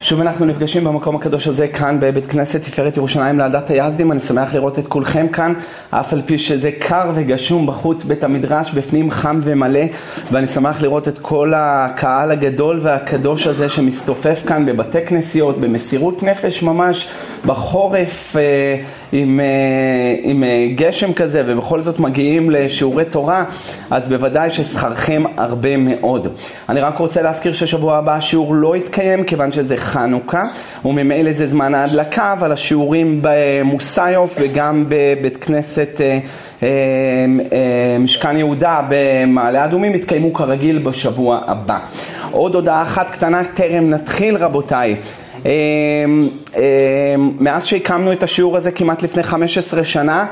שוב אנחנו נפגשים במקום הקדוש הזה כאן בבית כנסת תפארת ירושלים לעדת היזדים. אני שמח לראות את כולכם כאן, אף על פי שזה קר וגשום בחוץ בית המדרש, בפנים חם ומלא, ואני שמח לראות את כל הקהל הגדול והקדוש הזה שמסתופף כאן בבתי כנסיות, במסירות נפש ממש, בחורף עם גשם כזה, ובכל זאת מגיעים לשיעורי תורה, אז בוודאי ששכרכם הרבה מאוד. אני רק רוצה להזכיר ששבוע הבא השיעור לא יתקיים, כיוון שזה חנוכה, וממילא זה זמן ההדלקה, אבל השיעורים במוסיוף וגם בבית כנסת משכן יהודה במעלה אדומים יתקיימו כרגיל בשבוע הבא. עוד הודעה אחת קטנה טרם נתחיל, רבותיי. מאז שהקמנו את השיעור הזה כמעט לפני 15 שנה,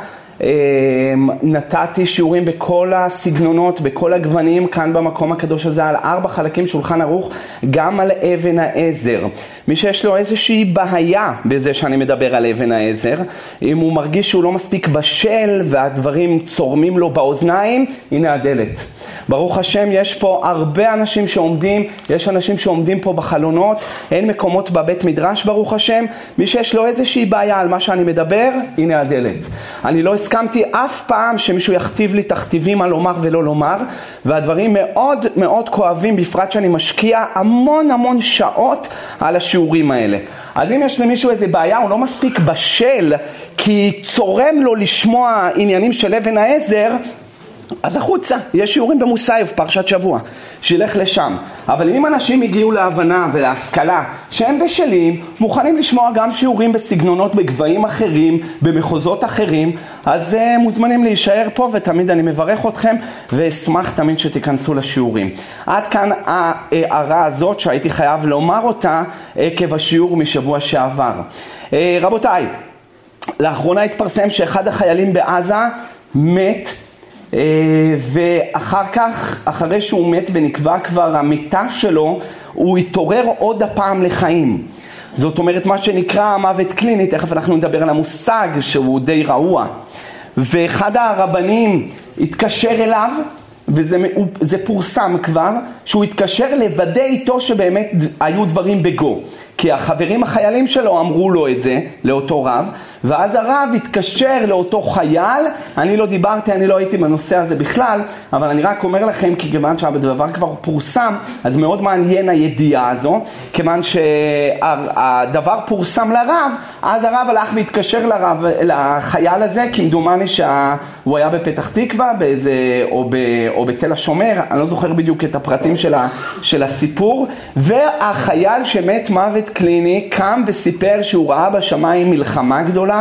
נתתי שיעורים בכל הסגנונות, בכל הגוונים כאן במקום הקדוש הזה, על 4 חלקים שולחן ערוך, גם על אבן העזר. מי שיש לו איזושהי בעיה בזה שאני מדבר על אבן העזר, אם הוא מרגיש שהוא לא מספיק בשל והדברים צורמים לו באוזניים, הנה הדלת. ברוך השם, יש פה הרבה אנשים שעומדים, יש אנשים שעומדים פה בחלונות, אין מקומות בבית מדרש ברוך השם. מי שיש לו איזושהי בעיה על מה שאני מדבר, הנה הדלת. אני לא הסכמתי אף פעם שמישהו יכתיב לי תכתיבים על לומר ולא לומר, והדברים מאוד מאוד כואבים, בפרט שאני משקיע המון שעות על השיעורים האלה. אז אם יש למישהו איזה בעיה, הוא לא מספיק בשל, כי צורם לו לשמוע עניינים של אבן העזר, אז החוצה, יש שיעורים במוסיוף, פרשת שבוע, שילך לשם. אבל אם אנשים הגיעו להבנה ולהשכלה שהם בשלים, מוכנים לשמוע גם שיעורים בסגנונות בגבהים אחרים, במחוזות אחרים, אז מוזמנים להישאר פה, ותמיד אני מברך אתכם ואשמח תמיד שתיכנסו לשיעורים. עד כאן ההערה הזאת שהייתי חייב לומר אותה עקב השיעור משבוע שעבר. רבותיי, לאחרונה התפרסם שאחד החיילים בעזה מת, ואחר כך, אחרי שהוא מת ונקבע כבר המיטה שלו, הוא התעורר עוד הפעם לחיים. זאת אומרת מה שנקרא מוות קליני, תכף אנחנו נדבר על המושג שהוא די רעוע. ואחד הרבנים התקשר אליו, וזה פורסם כבר, שהוא התקשר לוודא איתו שבאמת היו דברים בגו. כי החברים החיילים שלו אמרו לו את זה, לאותו רב, ואז הרב התקשר לאותו חייל. אני לא דיברתי, אני לא הייתי בנושא הזה בכלל, אבל אני רק אומר לכם, כי כיוון שהדבר כבר פורסם, אז מאוד מעניין הידיעה הזו, כיוון שהדבר פורסם לרב, אז הרב הלך והתקשר לחייל הזה, כמדומני שהוא היה בפתח תקווה, או בתל השומר, אני לא זוכר בדיוק את הפרטים של הסיפור, והחייל שמת מוות קליני קם וסיפר שהוא ראה בשמיים מלחמה גדולה,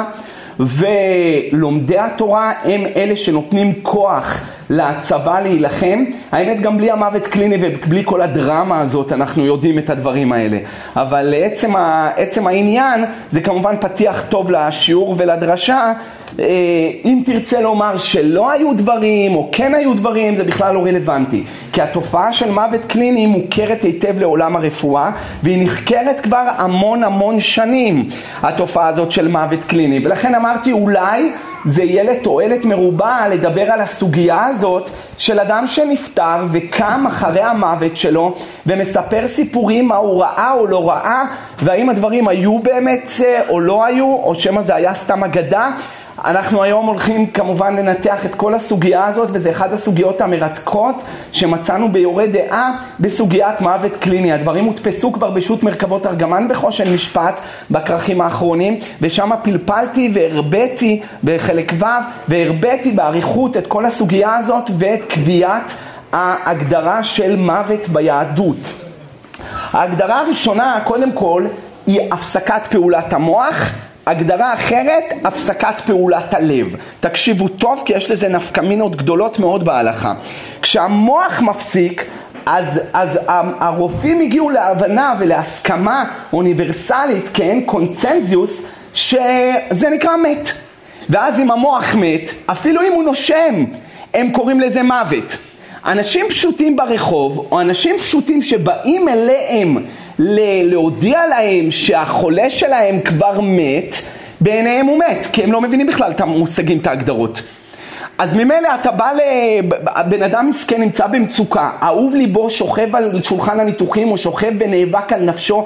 ולומדי התורה הם אלה שנותנים כוח לצבא להילחם. האמת, גם בלי המוות קליני ובלי כל הדרמה הזאת אנחנו יודעים את הדברים האלה, אבל עצם העניין זה כמובן פתיח טוב לשיעור ולדרשה. אם תרצה לומר שלא היו דברים או כן היו דברים, זה בכלל לא רלוונטי, כי התופעה של מוות קליני מוכרת היטב לעולם הרפואה, והיא נחקרת כבר המון שנים, התופעה הזאת של מוות קליני. ולכן אמרתי, אולי זה יהיה לתועלת מרובה לדבר על הסוגיה הזאת של אדם שנפטר וקם אחרי המוות שלו ומספר סיפורים מה הוא ראה או לא ראה, והאם הדברים היו באמת או לא היו, או שמה זה היה סתם אגדה. אנחנו היום הולכים כמובן לנתח את כל הסוגיה הזאת, וזה אחד הסוגיות המרתקות שמצאנו ביורה דעה בסוגיית מוות קליני. הדברים הודפסו כבר בשו"ת מרכבות ארגמן בחושן משפט בכרכים האחרונים, ושם פלפלתי והרבאתי בחלק ו' והרבאתי בעריכות את כל הסוגיה הזאת ואת קביעת ההגדרה של מוות ביהדות. ההגדרה הראשונה, קודם כל, היא הפסקת פעולת המוח. הגדרה אחרת, הפסקת פעולת הלב. תקשיבו טוב, כי יש לזה נפקמינות גדולות מאוד בהלכה. כשהמוח מפסיק, אז הרופאים הגיעו להבנה ולהסכמה אוניברסלית, כן, קונצנזיוס, שזה נקרא מת. ואז אם המוח מת, אפילו אם הוא נושם, הם קוראים לזה מוות. אנשים פשוטים ברחוב, או אנשים פשוטים שבאים אליהם להודיע להם שהחולה שלהם כבר מת, בעיניהם הוא מת, כי הם לא מבינים בכלל את המושגים, את ההגדרות. אז ממילא אתה בא בן אדם מסכן נמצא במצוקה, אהוב ליבו שוכב על שולחן הניתוחים או שוכב ונאבק על נפשו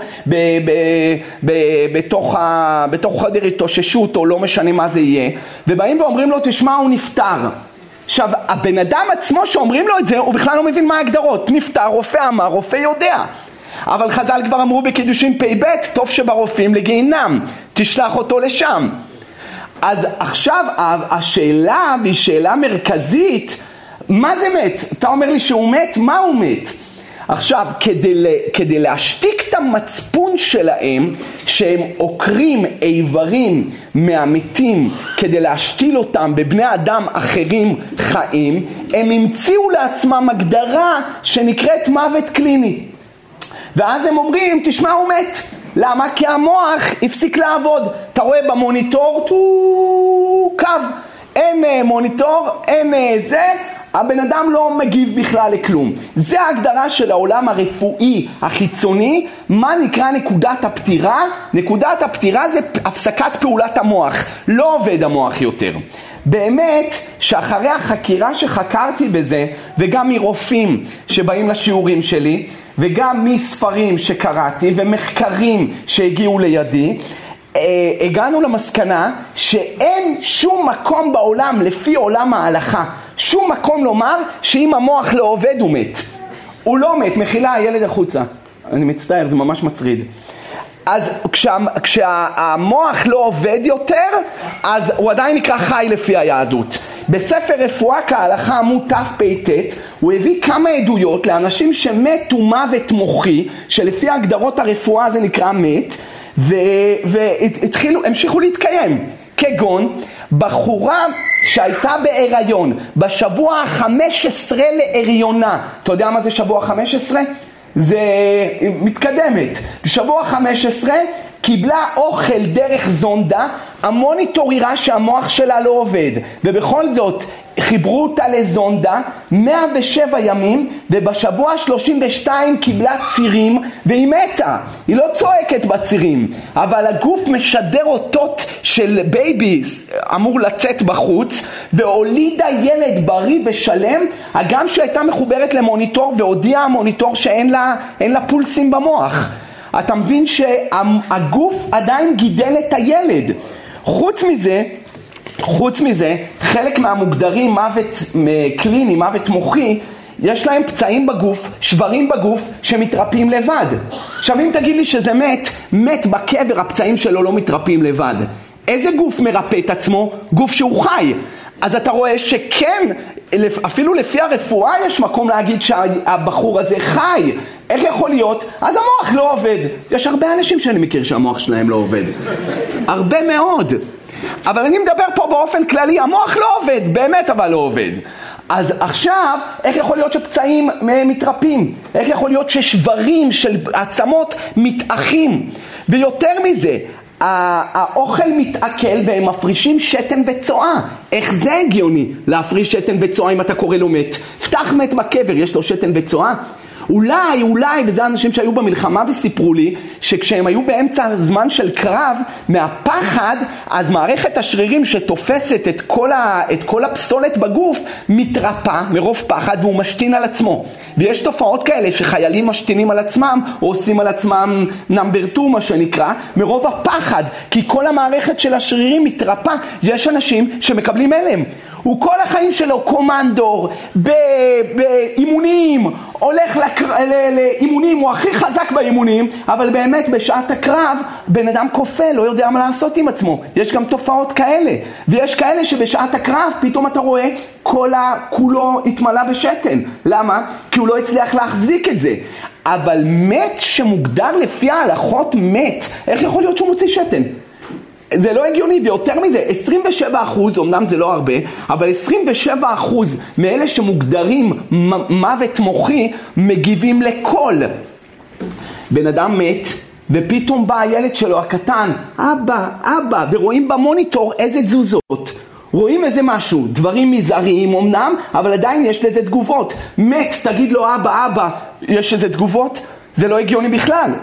בתוך חדר התאוששות או לא משנה מה זה יהיה, ובאים ואומרים לו תשמע הוא נפטר. עכשיו הבן אדם עצמו שאומרים לו את זה הוא בכלל לא מבין מה ההגדרות, נפטר, רופא אמר, רופא יודע, אבל חז"ל כבר אמרו בקידושין פ"ב טוב שברופאים לגיהינם, תשלח אותו לשם. אז עכשיו השאלה והיא שאלה מרכזית, מה זה מת? אתה אומר לי שהוא מת, מה הוא מת? עכשיו כדי להשתיק את המצפון שלהם שהם עוקרים איברים מהמתים כדי להשתיל אותם בבני אדם אחרים חיים, הם המציאו לעצמם הגדרה שנקראת מוות קליני, ואז הם אומרים תשמע הוא מת. למה? כי המוח הפסיק לעבוד. אתה רואה במוניטור קו, אין מוניטור, אין זה, הבן אדם לא מגיב בכלל לכלום. זה ההגדרה של העולם הרפואי החיצוני. מה נקרא נקודת הפטירה? נקודת הפטירה זה הפסקת פעולת המוח, לא עובד המוח יותר. באמת שאחרי החקירה שחקרתי בזה, וגם מרופאים שבאים לשיעורים שלי, וגם מספרים שקראתי ומחקרים שהגיעו לידי, הגענו למסקנה שאין שום מקום בעולם לפי עולם ההלכה, שום מקום לומר שאם המוח לא עובד הוא מת. הוא לא מת, מחילה הילד החוצה, אני מצטער, זה ממש מצריד. אז כשהמוח לא עובד יותר, אז הוא עדיין נקרא חי לפי היהדות. בספר רפואה כהלכה עמוד תפ"ט הוא הביא כמה עדויות לאנשים שמתו מוות מוחי, שלפי הגדרות הרפואה זה נקרא מת, והמשיכו להתקיים. כגון בחורה שהייתה בהיריון בשבוע ה-15 להריונה. אתה יודע מה זה שבוע 15? זה מתקדמת. בשבוע 15 קיבלה אוכל דרך זונדה, המוניטור הראה שהמוח שלה לא עובד, ובכל זאת חיברו אותה לזונדה 107 ימים, ובשבוע 32 קיבלה צירים והיא מתה. היא לא צועקת בצירים, אבל הגוף משדר אותות של בייבי אמור לצאת בחוץ, והולידה ילד בריא ושלם, הגם שהייתה מחוברת למוניטור, והודיעה המוניטור שאין לה פולסים במוח. אתה מבין שהגוף עדיין גידל את הילד. חוץ מזה, חלק מהמוגדרים מוות קליני, מוות מוחי, יש להם פצעים בגוף, שברים בגוף שמתרפאים לבד. עכשיו אם תגיד לי שזה מת בקבר, הפצעים שלו לא מתרפאים לבד. איזה גוף מרפא את עצמו? גוף שהוא חי. אז אתה רואה שכן, אפילו לפי הרפואה יש מקום להגיד שהבחור הזה חי. איך יכול להיות? אז המוח לא עובד. יש הרבה אנשים שאני מכיר שהמוח שלהם לא עובד. הרבה מאוד. אבל אני מדבר פה באופן כללי, המוח לא עובד, באמת אבל לא עובד. אז עכשיו, איך יכול להיות שפצעים מתרפים? איך יכול להיות ששברים של עצמות מתאחים? ויותר מזה, האוכל מתעכל והם מפרישים שתן וצואה. איך זה הגיוני להפריש שתן וצואה אם אתה קורא לו מת? פתח מת בקבר, יש לו שתן וצואה? אולי, וזה אנשים שהיו במלחמה וסיפרו לי, שכשהם היו באמצע הזמן של קרב, מהפחד, אז מערכת השרירים שתופסת את כל הפסולת בגוף, מתרפא מרוב פחד והוא משתין על עצמו. ויש תופעות כאלה שחיילים משתינים על עצמם, או עושים על עצמם נאמבר 2 מה שנקרא, מרוב הפחד, כי כל המערכת של השרירים מתרפא. יש אנשים שמקבלים הלם. הוא כל החיים שלו קומנדור, באימונים, הולך לאימונים, הוא הכי חזק באימונים, אבל באמת בשעת הקרב בן אדם קופא, לא יודע מה לעשות עם עצמו. יש גם תופעות כאלה, ויש כאלה שבשעת הקרב פתאום אתה רואה כולו התמלא בשתן. למה? כי הוא לא הצליח להחזיק את זה. אבל מת שמוגדר לפי ההלכות מת, איך יכול להיות שהוא מוציא שתן? זה לא הגיוני, ויותר מזה, 27%, אמנם זה לא הרבה, אבל 27% מאלה שמוגדרים מוות מוחי, מגיבים לקול. בן אדם מת, ופתאום בא הילד שלו הקטן, אבא, ורואים במוניטור איזה תזוזות. רואים איזה משהו, דברים מזעריים אמנם, אבל עדיין יש לזה תגובות. מת, תגיד לו אבא, יש איזה תגובות? זה לא הגיוני בכלל.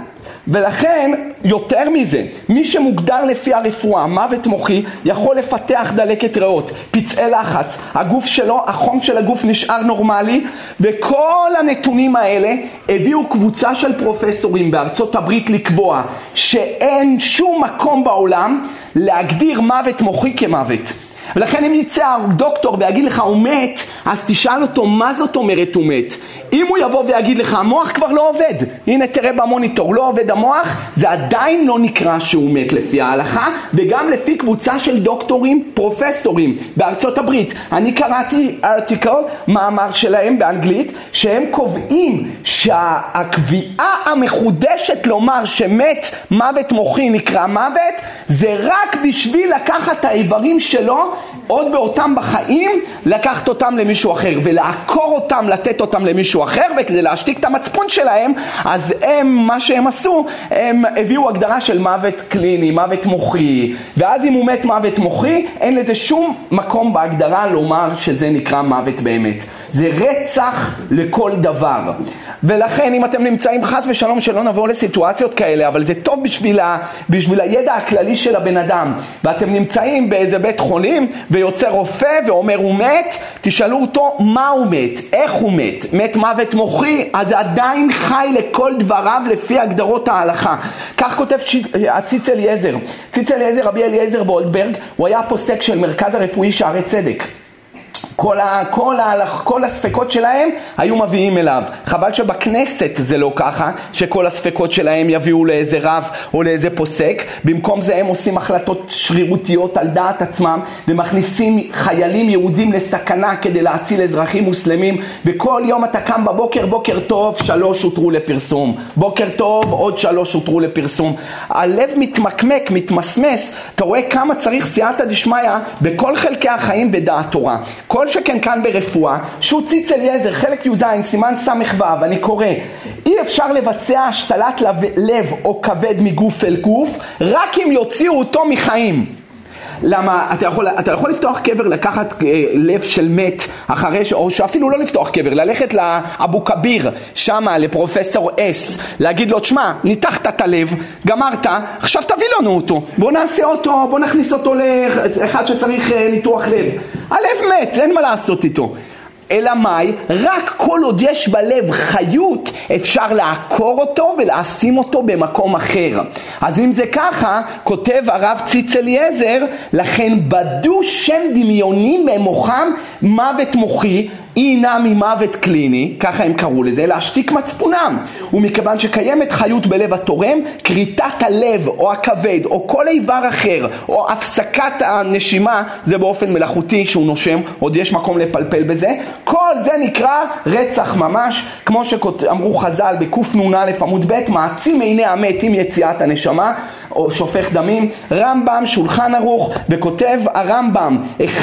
ולכן, יותר מזה, מי שמוגדר לפי הרפואה, מוות מוחי, יכול לפתח דלקת ריאות, פצעי לחץ, הגוף שלו, החום של הגוף נשאר נורמלי, וכל הנתונים האלה הביאו קבוצה של פרופסורים בארצות הברית לקבוע שאין שום מקום בעולם להגדיר מוות מוחי כמוות. ולכן אם יצא דוקטור ויגיד לך הוא מת, אז תשאל אותו מה זאת אומרת הוא מת. אם הוא יבוא ויגיד לך המוח כבר לא עובד, הנה תראה במוניטור לא עובד המוח, זה עדיין לא נקרא שהוא מת לפי ההלכה, וגם לפי קבוצה של דוקטורים פרופסורים בארצות הברית. אני קראתי ארטיקל, מאמר שלהם באנגלית, שהם קובעים שהקביעה המחודשת לומר שמת מוות מוחי נקרא מוות, זה רק בשביל לקחת את האיברים שלו עוד באותם בחיים, לקחת אותם למישהו אחר ולעקור אותם, לתת אותם למישהו אחר, וכדי להשתיק את המצפון שלהם, אז מה שהם עשו, הם הביאו הגדרה של מוות קליני, מוות מוחי, ואז אם הוא מת מוות מוחי, אין לזה שום מקום בהגדרה לומר שזה נקרא מוות באמת. זה רצח לכל דבר. ולכן אם אתם נמצאים חס ושלום שלא נבוא לסיטואציות כאלה, אבל זה טוב בשביל הידע הכללי של הבן אדם, ואתם נמצאים באיזה בית חולים ויוצא רופא ואומר הוא מת, תשאלו אותו מה הוא מת, איך הוא מת, מת מוות מוחי, אז זה עדיין חי לכל דבריו לפי הגדרות ההלכה. כך כותב ציץ אליעזר. ציץ אליעזר, רבי אליעזר וולדברג, הוא היה פוסק של מרכז הרפואי שערי צדק. כל הספקות שלהם היו מביאים אליו. חבל שבכנסת זה לא ככה, שכל הספקות שלהם יביאו לאיזה רב או לאיזה פוסק. במקום זה הם עושים החלטות שרירותיות על דעת עצמם, ומכניסים חיילים יהודים לסכנה כדי להציל אזרחים מוסלמים, וכל יום אתה קם בבוקר, בוקר טוב, 3 הותרו לפרסום, בוקר טוב, עוד 3 הותרו לפרסום. הלב מתמקמק, מתמסמס. אתה רואה כמה צריך סייעתא דשמיא בכל חלקי החיים בדעת תורה. כל שכן כאן ברפואה, שהוא ציץ אליעזר, חלק י"ז, סימן ס"ו, אני קורא, אי אפשר לבצע השתלת לב או כבד מגוף אל גוף, רק אם יוציאו אותו מחיים. למה? אתה יכול לפתוח קבר, לקחת לב של מת אחרי או שאפילו לא לפתוח קבר, ללכת לאבו כביר, שמה לפרופסור אס, להגיד לו, תשמע, ניתחת את הלב, גמרת, עכשיו תביא לנו אותו, בוא נעשה אותו, בוא נכניס אותו לאחד שצריך ניתוח לב. הלב מת, אין מה לעשות איתו. אלא מאי? רק כל עוד יש בלב חיות, אפשר לעקור אותו ולשים אותו במקום אחר. אז אם זה ככה, כותב הרב ציץ אליעזר, לכן בדו שם דמיוני במוחם מוות מוחי, אינה ממוות קליני, ככה הם קראו לזה, להשתיק מצפונם. ומכיוון שקיימת חיות בלב התורם, קריטת הלב או הכבד או כל איבר אחר או הפסקת הנשימה, זה באופן מלאכותי שהוא נושם, עוד יש מקום לפלפל בזה, כל זה נקרא רצח ממש, כמו שאמרו חז"ל בקנ"א עמוד ב', מעצים עיני המת עם יציאת הנשמה, או שופך דמים. רמב"ם שולחן ערוך, וכותב הרמב"ם,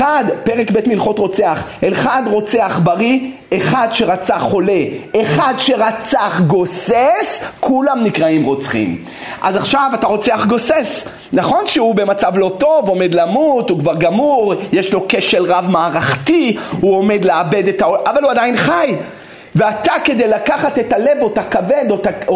פרק ב' מלכות רוצח, אחד רוצח בריא, אחד שרצח חולה, אחד שרצח גוסס, כולם נקראים רוצחים. אז עכשיו אתה רוצח גוסס, נכון שהוא במצב לא טוב, עומד למות, הוא כבר גמור, יש לו כשל רב מערכתי, הוא עומד לאבד אבל הוא עדיין חי. ואתה כדי לקחת את הלב או את הכבד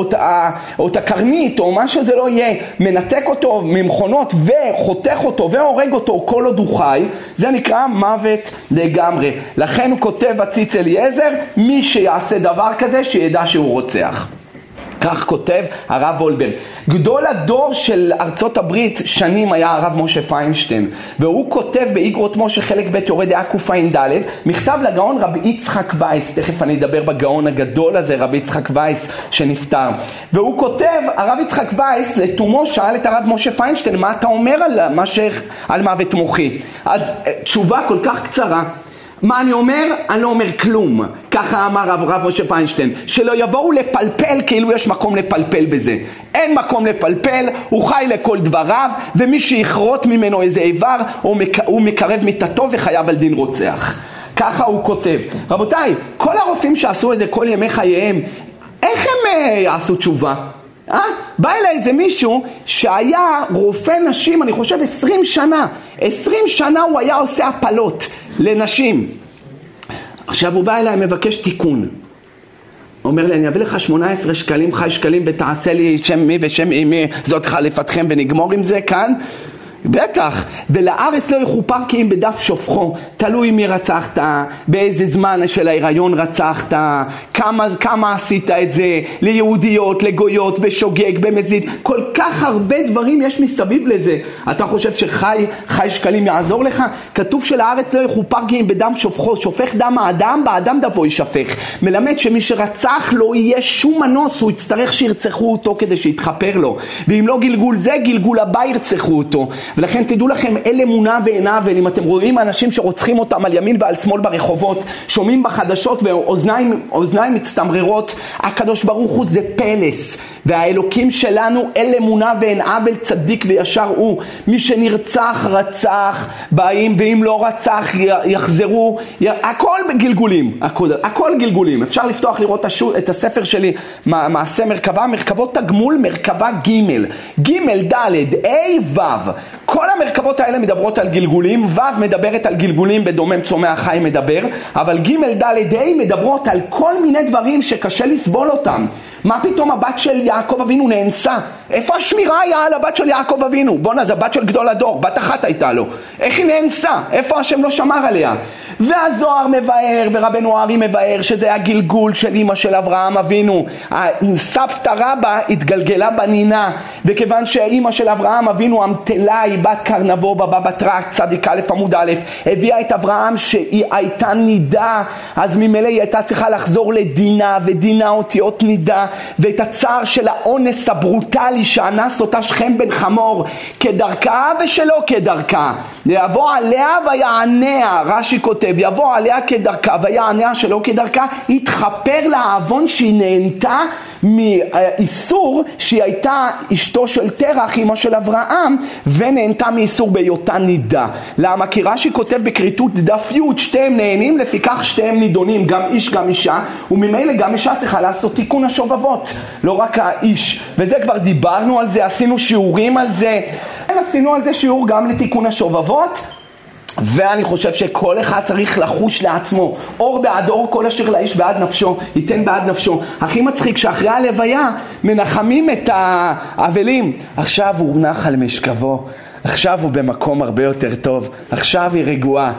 או את הקרנית או מה שזה לא יהיה, מנתק אותו ממכונות וחותך אותו והורג אותו כל עוד הוא חי, זה נקרא מוות לגמרי. לכן הוא כותב הציץ אליעזר, מי שיעשה דבר כזה שידע שהוא רוצח. כך כותב הרב וולדברג. גדול הדור של ארצות הברית שנים היה הרב משה פיינשטיין, והוא כותב באיגרות משה חלק ב' יורד דעה קע"ד מכתב לגאון רבי יצחק וייס, תכף אני אדבר בגאון הגדול הזה, רבי יצחק וייס שנפטר, והוא כותב, הרב יצחק וייס לתומו שאל את הרב משה פיינשטיין, מה אתה אומר על מוות מוחי? אז תשובה כל כך קצרה, מה אני אומר? אני לא אומר כלום. ככה אמר הרב משה פיינשטיין, שלא יבואו לפלפל כאילו יש מקום לפלפל בזה. אין מקום לפלפל, הוא חי לכל דבריו, ומי שיחרוט ממנו איזה איבר, הוא מקרב מיתתו וחייב על דין רוצח. ככה הוא כותב. רבותיי, כל הרופאים שעשו את זה כל ימי חייהם, איך הם יעשו תשובה? בא אליי איזה מישהו שהיה רופא נשים, אני חושב 20 שנה. 20 שנה הוא היה עושה הפלות לנשים. עכשיו הוא בא אליי מבקש תיקון. אומר לי, אני אביא לך 18 שקלים, חי שקלים, ותעשה לי שם מי ושם אמי, זאת חליפתכם, ונגמור עם זה כאן. בטח, ולארץ לא יכופר כי אם בדף שופכו, תלוי מי רצחת, באיזה זמן של ההיריון רצחת, כמה עשית את זה, ליהודיות, לגויות, בשוגג, במזיד, כל כך הרבה דברים יש מסביב לזה. אתה חושב שחי שקלים יעזור לך? כתוב שלארץ לא יכופר כי אם בדם שופכו, שופך דם האדם, באדם דבו ישפך. מלמד שמי שרצח לא יהיה שום מנוס, הוא יצטרך שירצחו אותו כדי שיתחפר לו, ואם לא גלגול זה, גלגול הבא ירצחו אותו. ולכן תדעו לכם, אל אמונה ואין עוול. אם אתם רואים אנשים שרוצחים אותם על ימין ועל שמאל ברחובות, שומעים בחדשות ואוזניים מצטמררות, הקדוש ברוך הוא זה פלס, והאלוקים שלנו אל אמונה ואין עוול, צדיק וישר הוא. מי שנרצח רצח, באים, ואם לא רצח יחזרו, הכל בגלגולים, הכל גלגולים. אפשר לפתוח לראות את הספר שלי, מעשה מרכבה, מרכבות תגמול, מרכבה ג' ד' ו'. כל המרכבות האלה מדברות על גלגולים, ו' מדברת על גלגולים בדומם צומח חי מדבר, אבל ג' ד' ה' מדברות על כל מיני דברים שקשה לסבול אותם. מה פתאום הבת של יעקב אבינו נאנסה? איפה השמירה היה על הבת של יעקב אבינו? בונה, זה הבת של גדול הדור, בת אחת הייתה לו. איך היא נאנסה? איפה השם לא שמר עליה? והזוהר מבאר ורבנו ארי מבאר שזה הגלגול של אמא של אברהם אבינו. סבתא רבא התגלגלה בנינה, וכיוון שאמא של אברהם אבינו המתלה היא בת קרנבו בבא בתרא צדיק א' עמוד א', הביאה את אברהם שהיא הייתה נידה, אז ממילא היא הייתה צריכה לחזור לדינה, ודינה אותיות נידה, ואת הצער של האונס הברוטלי שאנס אותה שכם בן חמור, כדרכה ושלא כדרכה, יבוא עליה ויעניה, רש"י כותב, יבוא עליה כדרכה ויעניה שלא כדרכה, יתחפר לעוון שהיא נהנתה מאיסור שהיא הייתה אשתו של תרח, אמא של אברהם, ונהנתה מאיסור בהיותה נידה. למה? כי רש"י כותב בכריתות דף י', שתיהם נהנים, לפיכך שתיהם נידונים, גם איש גם אישה, וממילא גם אישה צריכה לעשות תיקון השובבות, לא רק האיש. וזה כבר דיברנו על זה, עשינו שיעורים על זה, עשינו על זה שיעור גם לתיקון השובבות. ואני חושב שכל אחד צריך לחוש לעצמו, אור בעד אור, כל אשר לאיש בעד נפשו ייתן בעד נפשו. הכי מצחיק שאחרי הלוויה מנחמים את האבלים, עכשיו הוא נח על משכבו, עכשיו הוא במקום הרבה יותר טוב, עכשיו היא רגועה.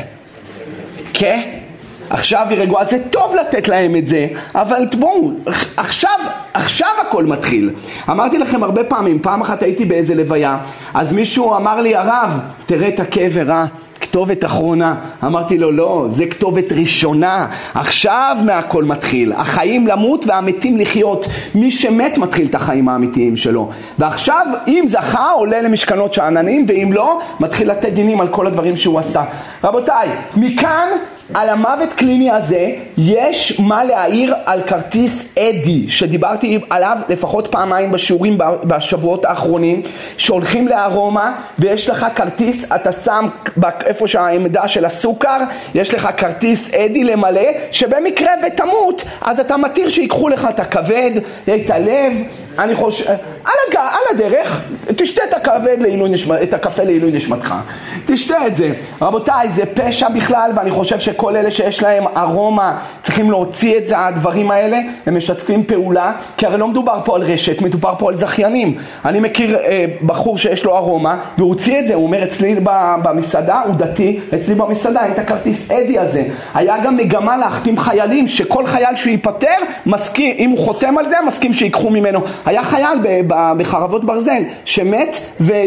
כן, עכשיו היא רגועה. זה טוב לתת להם את זה, אבל בואו, עכשיו הכל מתחיל. אמרתי לכם הרבה פעמים, פעם אחת הייתי באיזה לוויה, אז מישהו אמר לי, הרב, תראה את הקבר, כתובת אחרונה. אמרתי לו, לא, זה כתובת ראשונה, עכשיו מהכל מתחיל, החיים למות והמתים לחיות. מי שמת מתחיל את החיים האמיתיים שלו, ועכשיו אם זכה עולה למשכנות שעננים, ואם לא מתחיל לתת דינים על כל הדברים שהוא עשה. רבותיי, מכאן על המוות קליני הזה יש מה להעיר על כרטיס אדי שדיברתי עליו לפחות פעמיים בשיעורים בשבועות האחרונים, שהולכים לארומה ויש לך כרטיס, אתה שם איפה שהעמדה של הסוכר, יש לך כרטיס אדי למלא, שבמקרה ותמות אז אתה מתיר שיקחו לך את הכבד, את הלב. אני חושב, על הדרך, תשתה את הקפה לעילוי נשמתך. תשתה את זה. רבותיי, זה פשע בכלל, ואני חושב שכל אלה שיש להם ארומה צריכים להוציא את זה, הדברים האלה, הם משתפים פעולה, כי הרי לא מדובר פה על רשת, מדובר פה על זכיינים. אני מכיר בחור שיש לו ארומה, והוא הוציא את זה, הוא אומר, אצלי במסעדה, הוא דתי, אצלי במסעדה, אין את הכרטיס אדי הזה. היה גם מגמה להחתים חיילים, שכל חייל שיפטר, מסכים, אם הוא חותם על זה, מסכים שיקחו ממנו. היה חייל בחרבות ברזל שמת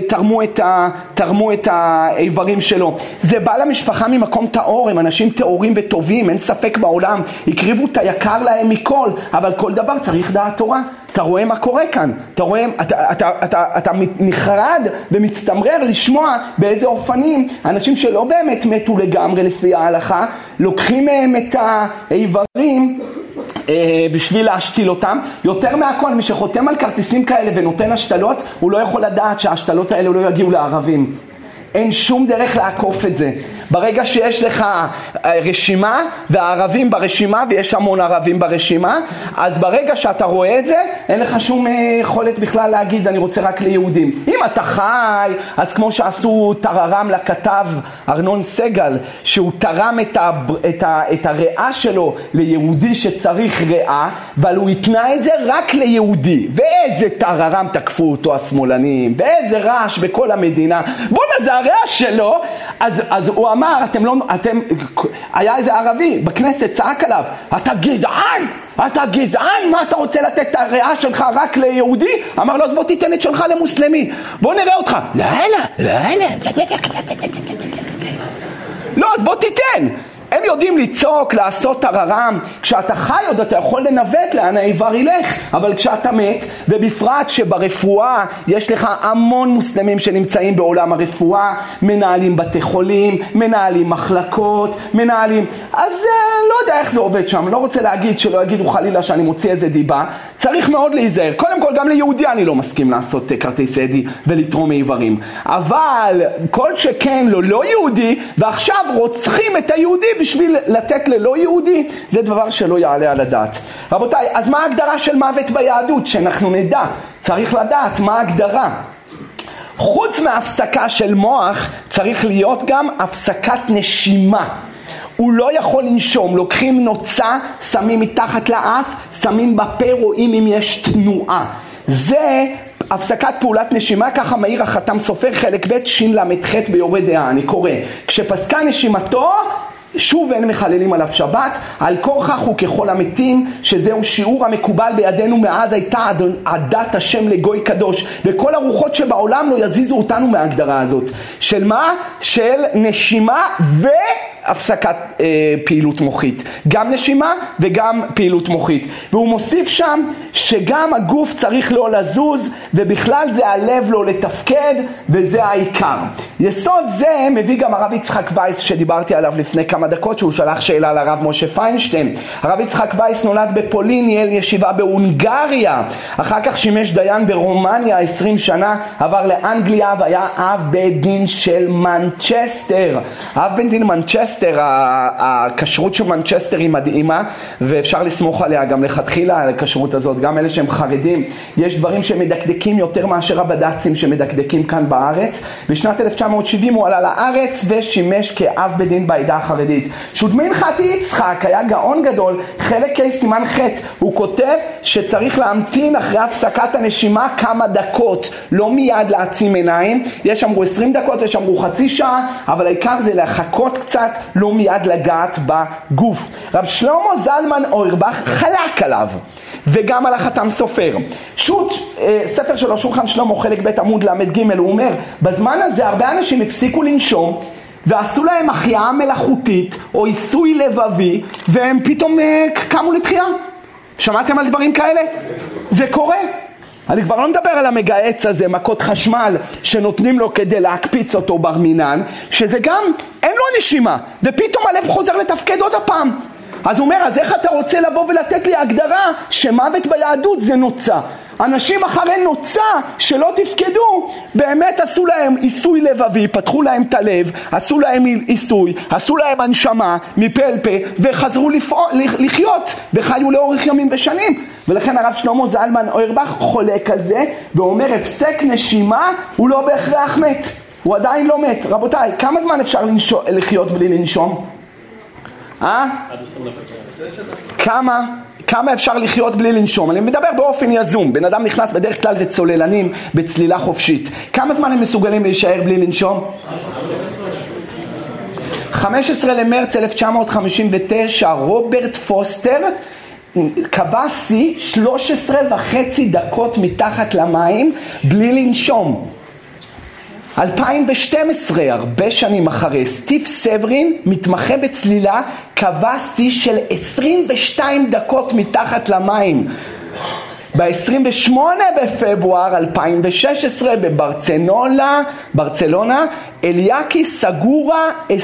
ותרמו את האיברים שלו. זה בא למשפחה ממקום טהור, הם אנשים טהורים וטובים, אין ספק בעולם, הקריבו את היקר להם מכל, אבל כל דבר צריך דעת תורה. אתה רואה מה קורה כאן, אתה רואה, אתה נחרד ומצטמרר לשמוע באיזה אופנים אנשים שלא באמת מתו לגמרי לפי ההלכה, לוקחים מהם את האיברים בשביל להשתיל אותם. יותר מהכל, מי שחותם על כרטיסים כאלה ונותן השתלות, הוא לא יכול לדעת שההשתלות האלה לא יגיעו לערבים. אין שום דרך לעקוף את זה. ברגע שיש לך רשימה והערבים ברשימה ויש המון ערבים ברשימה, אז ברגע שאתה רואה את זה אין לך שום יכולת בכלל להגיד אני רוצה רק ליהודים. אם אתה חי, אז כמו שעשו תררם לכתב ארנון סגל, שהוא תרם את הריאה שלו ליהודי שצריך ריאה, אבל הוא התנה את זה רק ליהודי. ואיזה תררם תקפו אותו השמאלנים, ואיזה רעש בכל המדינה, בוא'נה זה הריאה שלו. אז הוא אמר, היה איזה ערבי בכנסת צעק עליו, אתה גזען, אתה גזען, מה אתה רוצה לתת את הריאה שלך רק ליהודי? אמר לו, אז בוא תיתן את שלך למוסלמי, בוא נראה אותך. לא, אז בוא תיתן. הם יודעים לצעוק, לעשות תררם. כשאתה חי עוד אתה יכול לנווט לאן העיוור ילך, אבל כשאתה מת, ובפרט שברפואה יש לך המון מוסלמים שנמצאים בעולם הרפואה, מנהלים בתי חולים, מנהלים מחלקות, מנהלים, אז לא יודע איך זה עובד שם, לא רוצה להגיד שלא יגידו חלילה שאני מוציא איזה דיבה, צריך מאוד להיזהר. קודם כל גם ליהודי אני לא מסכים לעשות כרטיס אדי ולתרום מעיוורים, אבל כל שכן לא יהודי, ועכשיו רוצחים את היהודי בשביל לתת ללא יהודי, זה דבר שלא יעלה על הדעת. רבותיי, אז מה ההגדרה של מוות ביהדות? שאנחנו נדע, צריך לדעת מה ההגדרה. חוץ מהפסקה של מוח צריך להיות גם הפסקת נשימה. הוא לא יכול לנשום, לוקחים נוצה, שמים מתחת לאף, שמים בפה, רואים אם יש תנועה. זה הפסקת פעולת נשימה, ככה מאיר החתם סופר חלק ב' של"ח ביורה דעה, אני קורא. כשפסקה נשימתו, שוב אין מחללים עליו שבת, על כורכך הוא ככל המתים, שזהו שיעור המקובל בידינו מאז הייתה עדת השם לגוי קדוש, וכל הרוחות שבעולם לא יזיזו אותנו מההגדרה הזאת. של מה? של נשימה והפסקת פעילות מוחית. גם נשימה וגם פעילות מוחית. והוא מוסיף שם שגם הגוף צריך לא לזוז, ובכלל זה הלב לא לתפקד, וזה העיקר. יסוד זה מביא גם הרב יצחק וייס שדיברתי עליו לפני כמה דקות, שהוא שלח שאלה לרב משה פיינשטיין. הרב יצחק וייס נולד בפולין, ניהל ישיבה בהונגריה, אחר כך שימש דיין ברומניה 20 שנה, עבר לאנגליה והיה אב בית דין של מנצ'סטר. אב בית דין מנצ'סטר, הכשרות של מנצ'סטר היא מדהימה, ואפשר לסמוך עליה גם לכתחילה על הכשרות הזאת, גם אלה שהם חרדים. יש דברים שמדקדקים יותר מאשר הבד"צים שמדקדקים כאן בארץ. בשנת 1970 הוא עלה לארץ ושימש כאב בית דין בעדה החרדית. שודמין חתי יצחק היה גאון גדול, חלק ה' סימן ח', הוא כותב שצריך להמתין אחרי הפסקת הנשימה כמה דקות, לא מיד לעצים עיניים. יש אמרו 20 דקות, יש אמרו חצי שעה, אבל העיקר זה לחכות קצת, לא מיד לגעת בגוף. רב שלמה זלמן אוירבך חלק עליו, וגם על החתם סופר. ספר שלו שולחן שלמה חלק ב' עמוד למד ג', הוא אומר, בזמן הזה הרבה אנשים הפסיקו לנשום, ועשו להם החייאה מלאכותית או עיסוי לבבי, והם פתאום קמו לתחייה. שמעתם על דברים כאלה? זה קורה. אני כבר לא מדבר על המגהץ הזה, מכות חשמל שנותנים לו כדי להקפיץ אותו בר מינן, שזה גם אין לו נשימה, ופתאום הלב חוזר לתפקד עוד הפעם. אז הוא אומר, אז איך אתה רוצה לבוא ולתת לי הגדרה שמוות ביהדות זה נוצה? אנשים אחרי נוצה שלא תפקדו, באמת עשו להם עיסוי לבבי, פתחו להם את הלב, עשו להם עיסוי, עשו להם הנשמה מפה אל פה, וחזרו לחיות, וחיו לאורך ימים ושנים. ולכן הרב שלמה זלמן אוירבך חולק על זה, ואומר, הפסק נשימה הוא לא בהכרח מת, הוא עדיין לא מת. רבותיי, כמה זמן אפשר לחיות בלי לנשום? כמה אפשר לחיות בלי לנשום? אני מדבר באופן יזום, בן אדם נכנס, בדרך כלל זה צוללנים בצלילה חופשית. כמה זמן הם מסוגלים להישאר בלי לנשום? 15 למרץ 1959 רוברט פוסטר קבע שיא 13.5 דקות מתחת למים בלי לנשום. 2012, הרבה שנים אחרי, סטיב סברין, מתמחה בצלילה, קבע שיא של 22 דקות מתחת למים. ב-28 בפברואר 2016 ברצלונה, אליאקי סגורה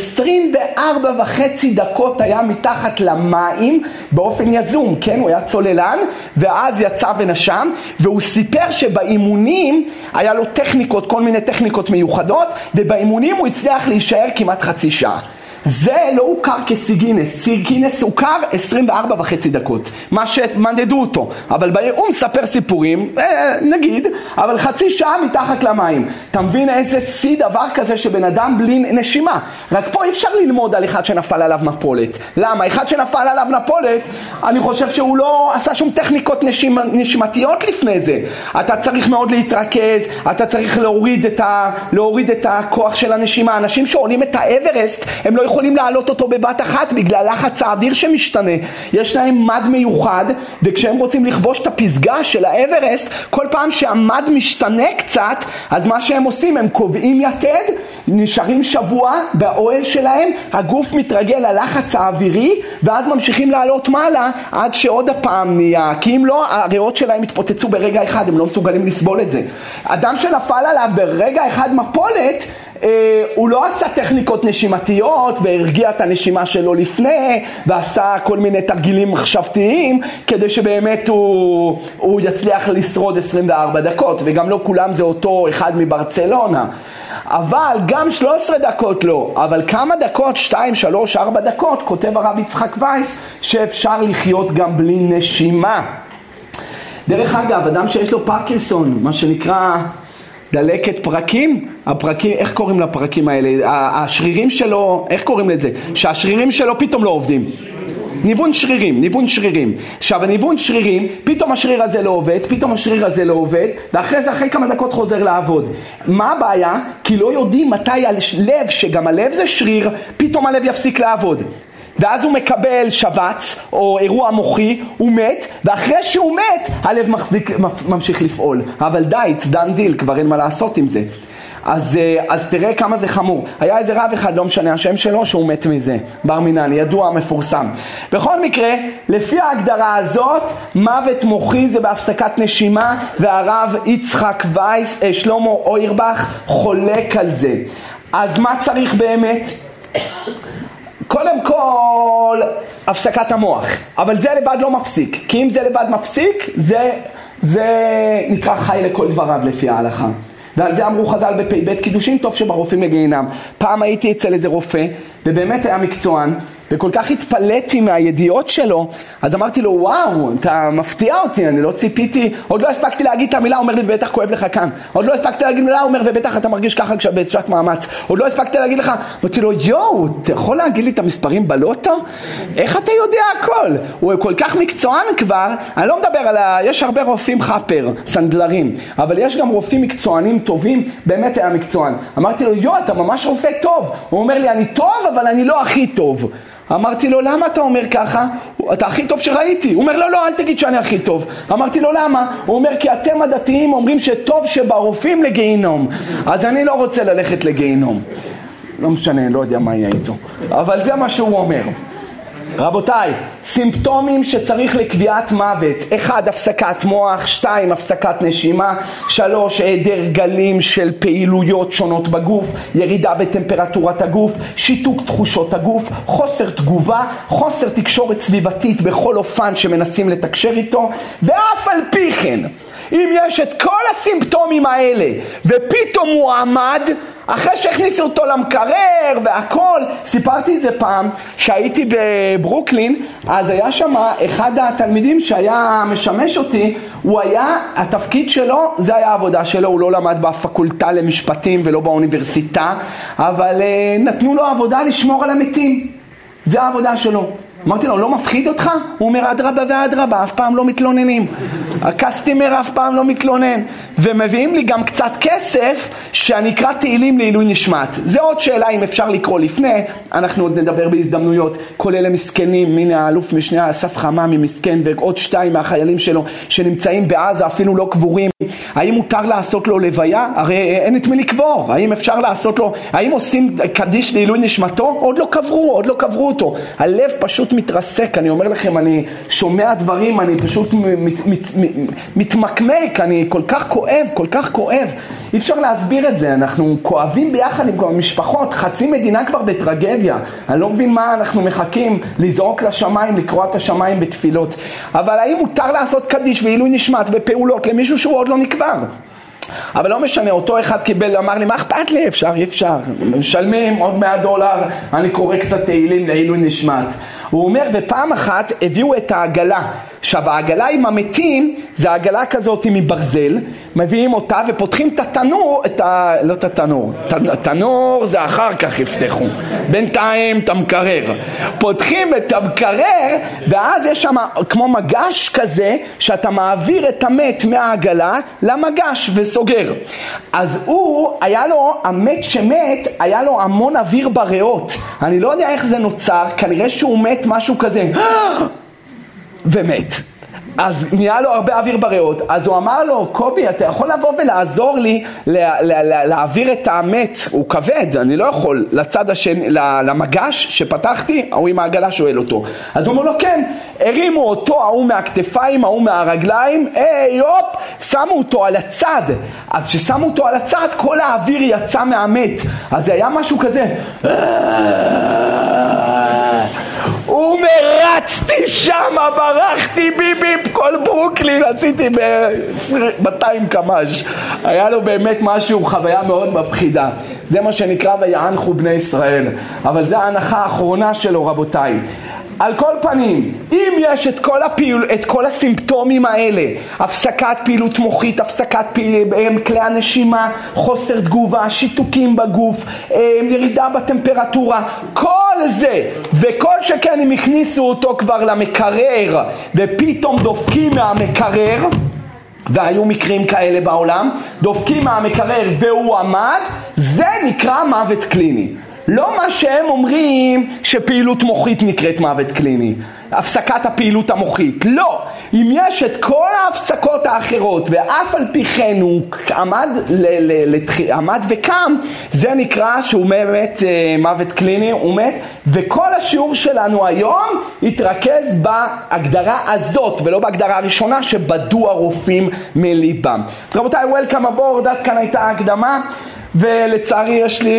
24.5 דקות היה מתחת למים באופן יזום, כן? הוא היה צוללן, ואז יצא ונשם, והוא סיפר שבאימונים היה לו טכניקות, כל מיני טכניקות מיוחדות, ובאימונים הוא הצליח להישאר כמעט חצי שעה. זה לא הוכר כשיא גינס, שיא גינס הוכר 24.5 דקות, מה שמדדו אותו, אבל הוא מספר סיפורים, נגיד, אבל חצי שעה מתחת למים. אתה מבין איזה שיא דבר כזה שבן אדם בלי נשימה? רק פה אי אפשר ללמוד על אחד שנפל עליו מפולת. למה? אחד שנפל עליו מפולת, אני חושב שהוא לא עשה שום טכניקות נשימתיות לפני זה. אתה צריך מאוד להתרכז, אתה צריך להוריד את הכוח של הנשימה. אנשים שעולים את האברסט, הם לא יכולים לעלות אותו בבת אחת בגלל לחץ האוויר שמשתנה. יש להם מד מיוחד, וכשהם רוצים לכבוש את הפסגה של האברסט, כל פעם שהמד משתנה קצת, אז מה שהם עושים, הם קובעים יתד, נשארים שבוע באוהל שלהם, הגוף מתרגל ללחץ האווירי, ואז ממשיכים לעלות מעלה עד שעוד הפעם נהיה, כי אם לא, הריאות שלהם מתפוצצו ברגע אחד, הם לא מסוגלים לסבול את זה. אדם שנפל עליו ברגע אחד מפולת, הוא לא עשה טכניקות נשימתיות והרגיע את הנשימה שלו לפני ועשה כל מיני תרגילים מחשבתיים כדי שבאמת הוא יצליח לשרוד 24 דקות, וגם לא כולם זה אותו אחד מברצלונה, אבל גם 13 דקות לא, אבל כמה דקות, 2, 3, 4 דקות, כותב הרב יצחק וייס שאפשר לחיות גם בלי נשימה. דרך אגב, אדם שיש לו פרקינסון, מה שנקרא דלקת פרקים, הפרקים, איך קוראים לפרקים האלה? השרירים שלו, איך קוראים לזה? שהשרירים שלו פתאום לא עובדים. ניוון שרירים. עכשיו, הניוון שרירים, פתאום השריר הזה לא עובד, פתאום השריר הזה לא עובד, ואחרי זה, אחרי כמה דקות חוזר לעבוד. מה הבעיה? כי לא יודעים מתי הלב, שגם הלב זה שריר, פתאום הלב יפסיק לעבוד. ואז הוא מקבל שבץ או אירוע מוחי, הוא מת, ואחרי שהוא מת, הלב ממשיך לפעול. אבל די, it's done deal, כבר אין מה לעשות עם זה. אז תראה כמה זה חמור. היה איזה רב אחד, לא משנה השם שלו, שהוא מת מזה. בר מינן, ידוע, מפורסם. בכל מקרה, לפי ההגדרה הזאת, מוות מוחי זה בהפסקת נשימה, והרב יצחק וייס, שלמה אוירבך, חולק על זה. אז מה צריך באמת? קודם כל, הפסקת המוח. אבל זה לבד לא מפסיק. כי אם זה לבד מפסיק, זה נקרא חי לכל דבריו לפי ההלכה. ועל זה אמרו חז"ל בפ"ב קידושין, טוב שברופאים לגיהינם. פעם הייתי אצל איזה רופא, ובאמת היה מקצוען, וכל כך התפלאתי מהידיעות שלו, אז אמרתי לו, וואו, אתה מפתיע אותי, אני לא ציפיתי, עוד לא הספקתי להגיד את המילה, הוא אומר לי, בטח כואב לך כאן. עוד לא הספקתי להגיד מילה, הוא אומר, ובטח אתה מרגיש ככה בשעת מאמץ. עוד לא הספקתי להגיד לך, אמרתי לו, יואו, אתה יכול להגיד לי את המספרים בלוטו? איך אתה יודע הכל? הוא כל כך מקצוען כבר, אני לא מדבר על יש הרבה רופאים חפר, סנדלרים, אבל יש גם רופאים מקצוענים טובים, באמת היה מקצוען. אמרתי לו, יואו, אתה ממש רופא טוב. הוא אומר לי, אני טוב, אבל אני לא הכי טוב. אמרתי לו, למה אתה אומר ככה? אתה הכי טוב שראיתי. הוא אומר, לא, אל תגיד שאני הכי טוב. אמרתי לו, למה? הוא אומר, כי אתם הדתיים אומרים שטוב שברופאים לגיהינום. אז אני לא רוצה ללכת לגיהינום. לא משנה, לא יודע מה יהיה איתו. אבל זה מה שהוא אומר. רבותיי, סימפטומים שצריך לקביעת מוות: 1. הפסקת מוח, 2. הפסקת נשימה, 3. היעדר גלים של פעילויות שונות בגוף, ירידה בטמפרטורת הגוף, שיתוק תחושות הגוף, חוסר תגובה, חוסר תקשורת סביבתית בכל אופן שמנסים לתקשר איתו. ואף על פי כן, אם יש את כל הסימפטומים האלה ופתאום הוא עמד, אחרי שהכניסו אותו למקרר והכל, סיפרתי את זה פעם שהייתי בברוקלין, אז היה שם אחד התלמידים שהיה משמש אותי, הוא היה, התפקיד שלו, זה היה העבודה שלו, הוא לא למד בפקולטה למשפטים ולא באוניברסיטה, אבל נתנו לו עבודה לשמור על המתים, זה העבודה שלו. אמרתי לו, לא מפחיד אותך? הוא אומר, אדרבה ואדרבה, אף פעם לא מתלוננים. הקסטימר אף פעם לא מתלונן. ומביאים לי גם קצת כסף שאני אקרא תהילים לעילוי נשמת. זה עוד שאלה אם אפשר לקרוא לפני, אנחנו עוד נדבר בהזדמנויות. כל אלה מסכנים, הנה האלוף משנה אסף חממי מסכן ועוד 2 מהחיילים שלו שנמצאים בעזה אפילו לא קבורים. האם מותר לעשות לו לוויה? הרי אין את מי לקבור. האם אפשר לעשות לו, האם עושים קדיש לעילוי נשמתו? עוד לא קברו אותו. הלב פשוט מתרסק, אני אומר לכם, אני שומע דברים, אני פשוט מתמקמק, אני כל כך כואב. אי אפשר להסביר את זה, אנחנו כואבים ביחד עם כל המשפחות, חצי מדינה כבר בטרגדיה. אני לא מבין מה אנחנו מחכים, לזרוק לשמיים, לקרוא את השמיים בתפילות. אבל האם מותר לעשות קדיש ועילוי נשמת ופעולות למישהו שהוא עוד לא נקבר? אבל לא משנה, אותו אחד קיבל, אמר לי, מה אכפת לי? אפשר, משלמים עוד $100, אני קורא קצת תהילים לעילוי נשמת. הוא אומר, ופעם אחת הביאו את העגלה. עכשיו, העגלה עם המתים, זה העגלה כזאת מברזל, מביאים אותה ופותחים את התנור, לא את התנור, התנור זה אחר כך יפתחו, בינתיים את המקרר. פותחים את המקרר, ואז יש שם כמו מגש כזה, שאתה מעביר את המת מהעגלה למגש וסוגר. אז הוא, היה לו, המת שמת, היה לו המון אוויר בריאות. אני לא יודע איך זה נוצר, כנראה שהוא מת משהו כזה, ומת. אז נהיה לו הרבה אוויר בריאות. אז הוא אמר לו, קובי, אתה יכול לבוא ולעזור לי להעביר את המת, הוא כבד, אני לא יכול, לצד השני, למגש שפתחתי, הוא עם העגלה שואל אותו. אז הוא אומר לו, כן, הרימו אותו, ההוא מהכתפיים, ההוא מהרגליים, יופ, שמו אותו על הצד. אז ששמו אותו על הצד, כל האוויר יצא מהמת. אז זה היה משהו כזה, ומרצתי שם, ברחתי ביבי, כל ברוקלין, עשיתי ב-200 קמ"ש. היה לו באמת משהו, חוויה מאוד מפחידה. זה מה שנקרא ויענחו בני ישראל. אבל זה ההנחה האחרונה שלו, רבותיי. על כל פנים, אם יש את כל הסימפטומים האלה, הפסקת פעילות מוחית, הפסקת כלי הנשימה, חוסר תגובה, שיתוקים בגוף, ירידה בטמפרטורה, כל זה, וכל שכן אם הכניסו אותו כבר למקרר, ופתאום דופקים מהמקרר, והיו מקרים כאלה בעולם, דופקים מהמקרר והוא עמד, זה נקרא מוות קליני. לא מה שהם אומרים שפעילות מוחית נקראת מוות קליני, הפסקת הפעילות המוחית, לא. אם יש את כל ההפסקות האחרות ואף על פי כן הוא עמד וקם, זה נקרא שהוא באמת מוות קליני, הוא מת. וכל השיעור שלנו היום יתרכז בהגדרה הזאת ולא בהגדרה הראשונה שבדו הרופאים מליבם. אז רבותיי, welcome aboard, עד כאן הייתה הקדמה. ולצערי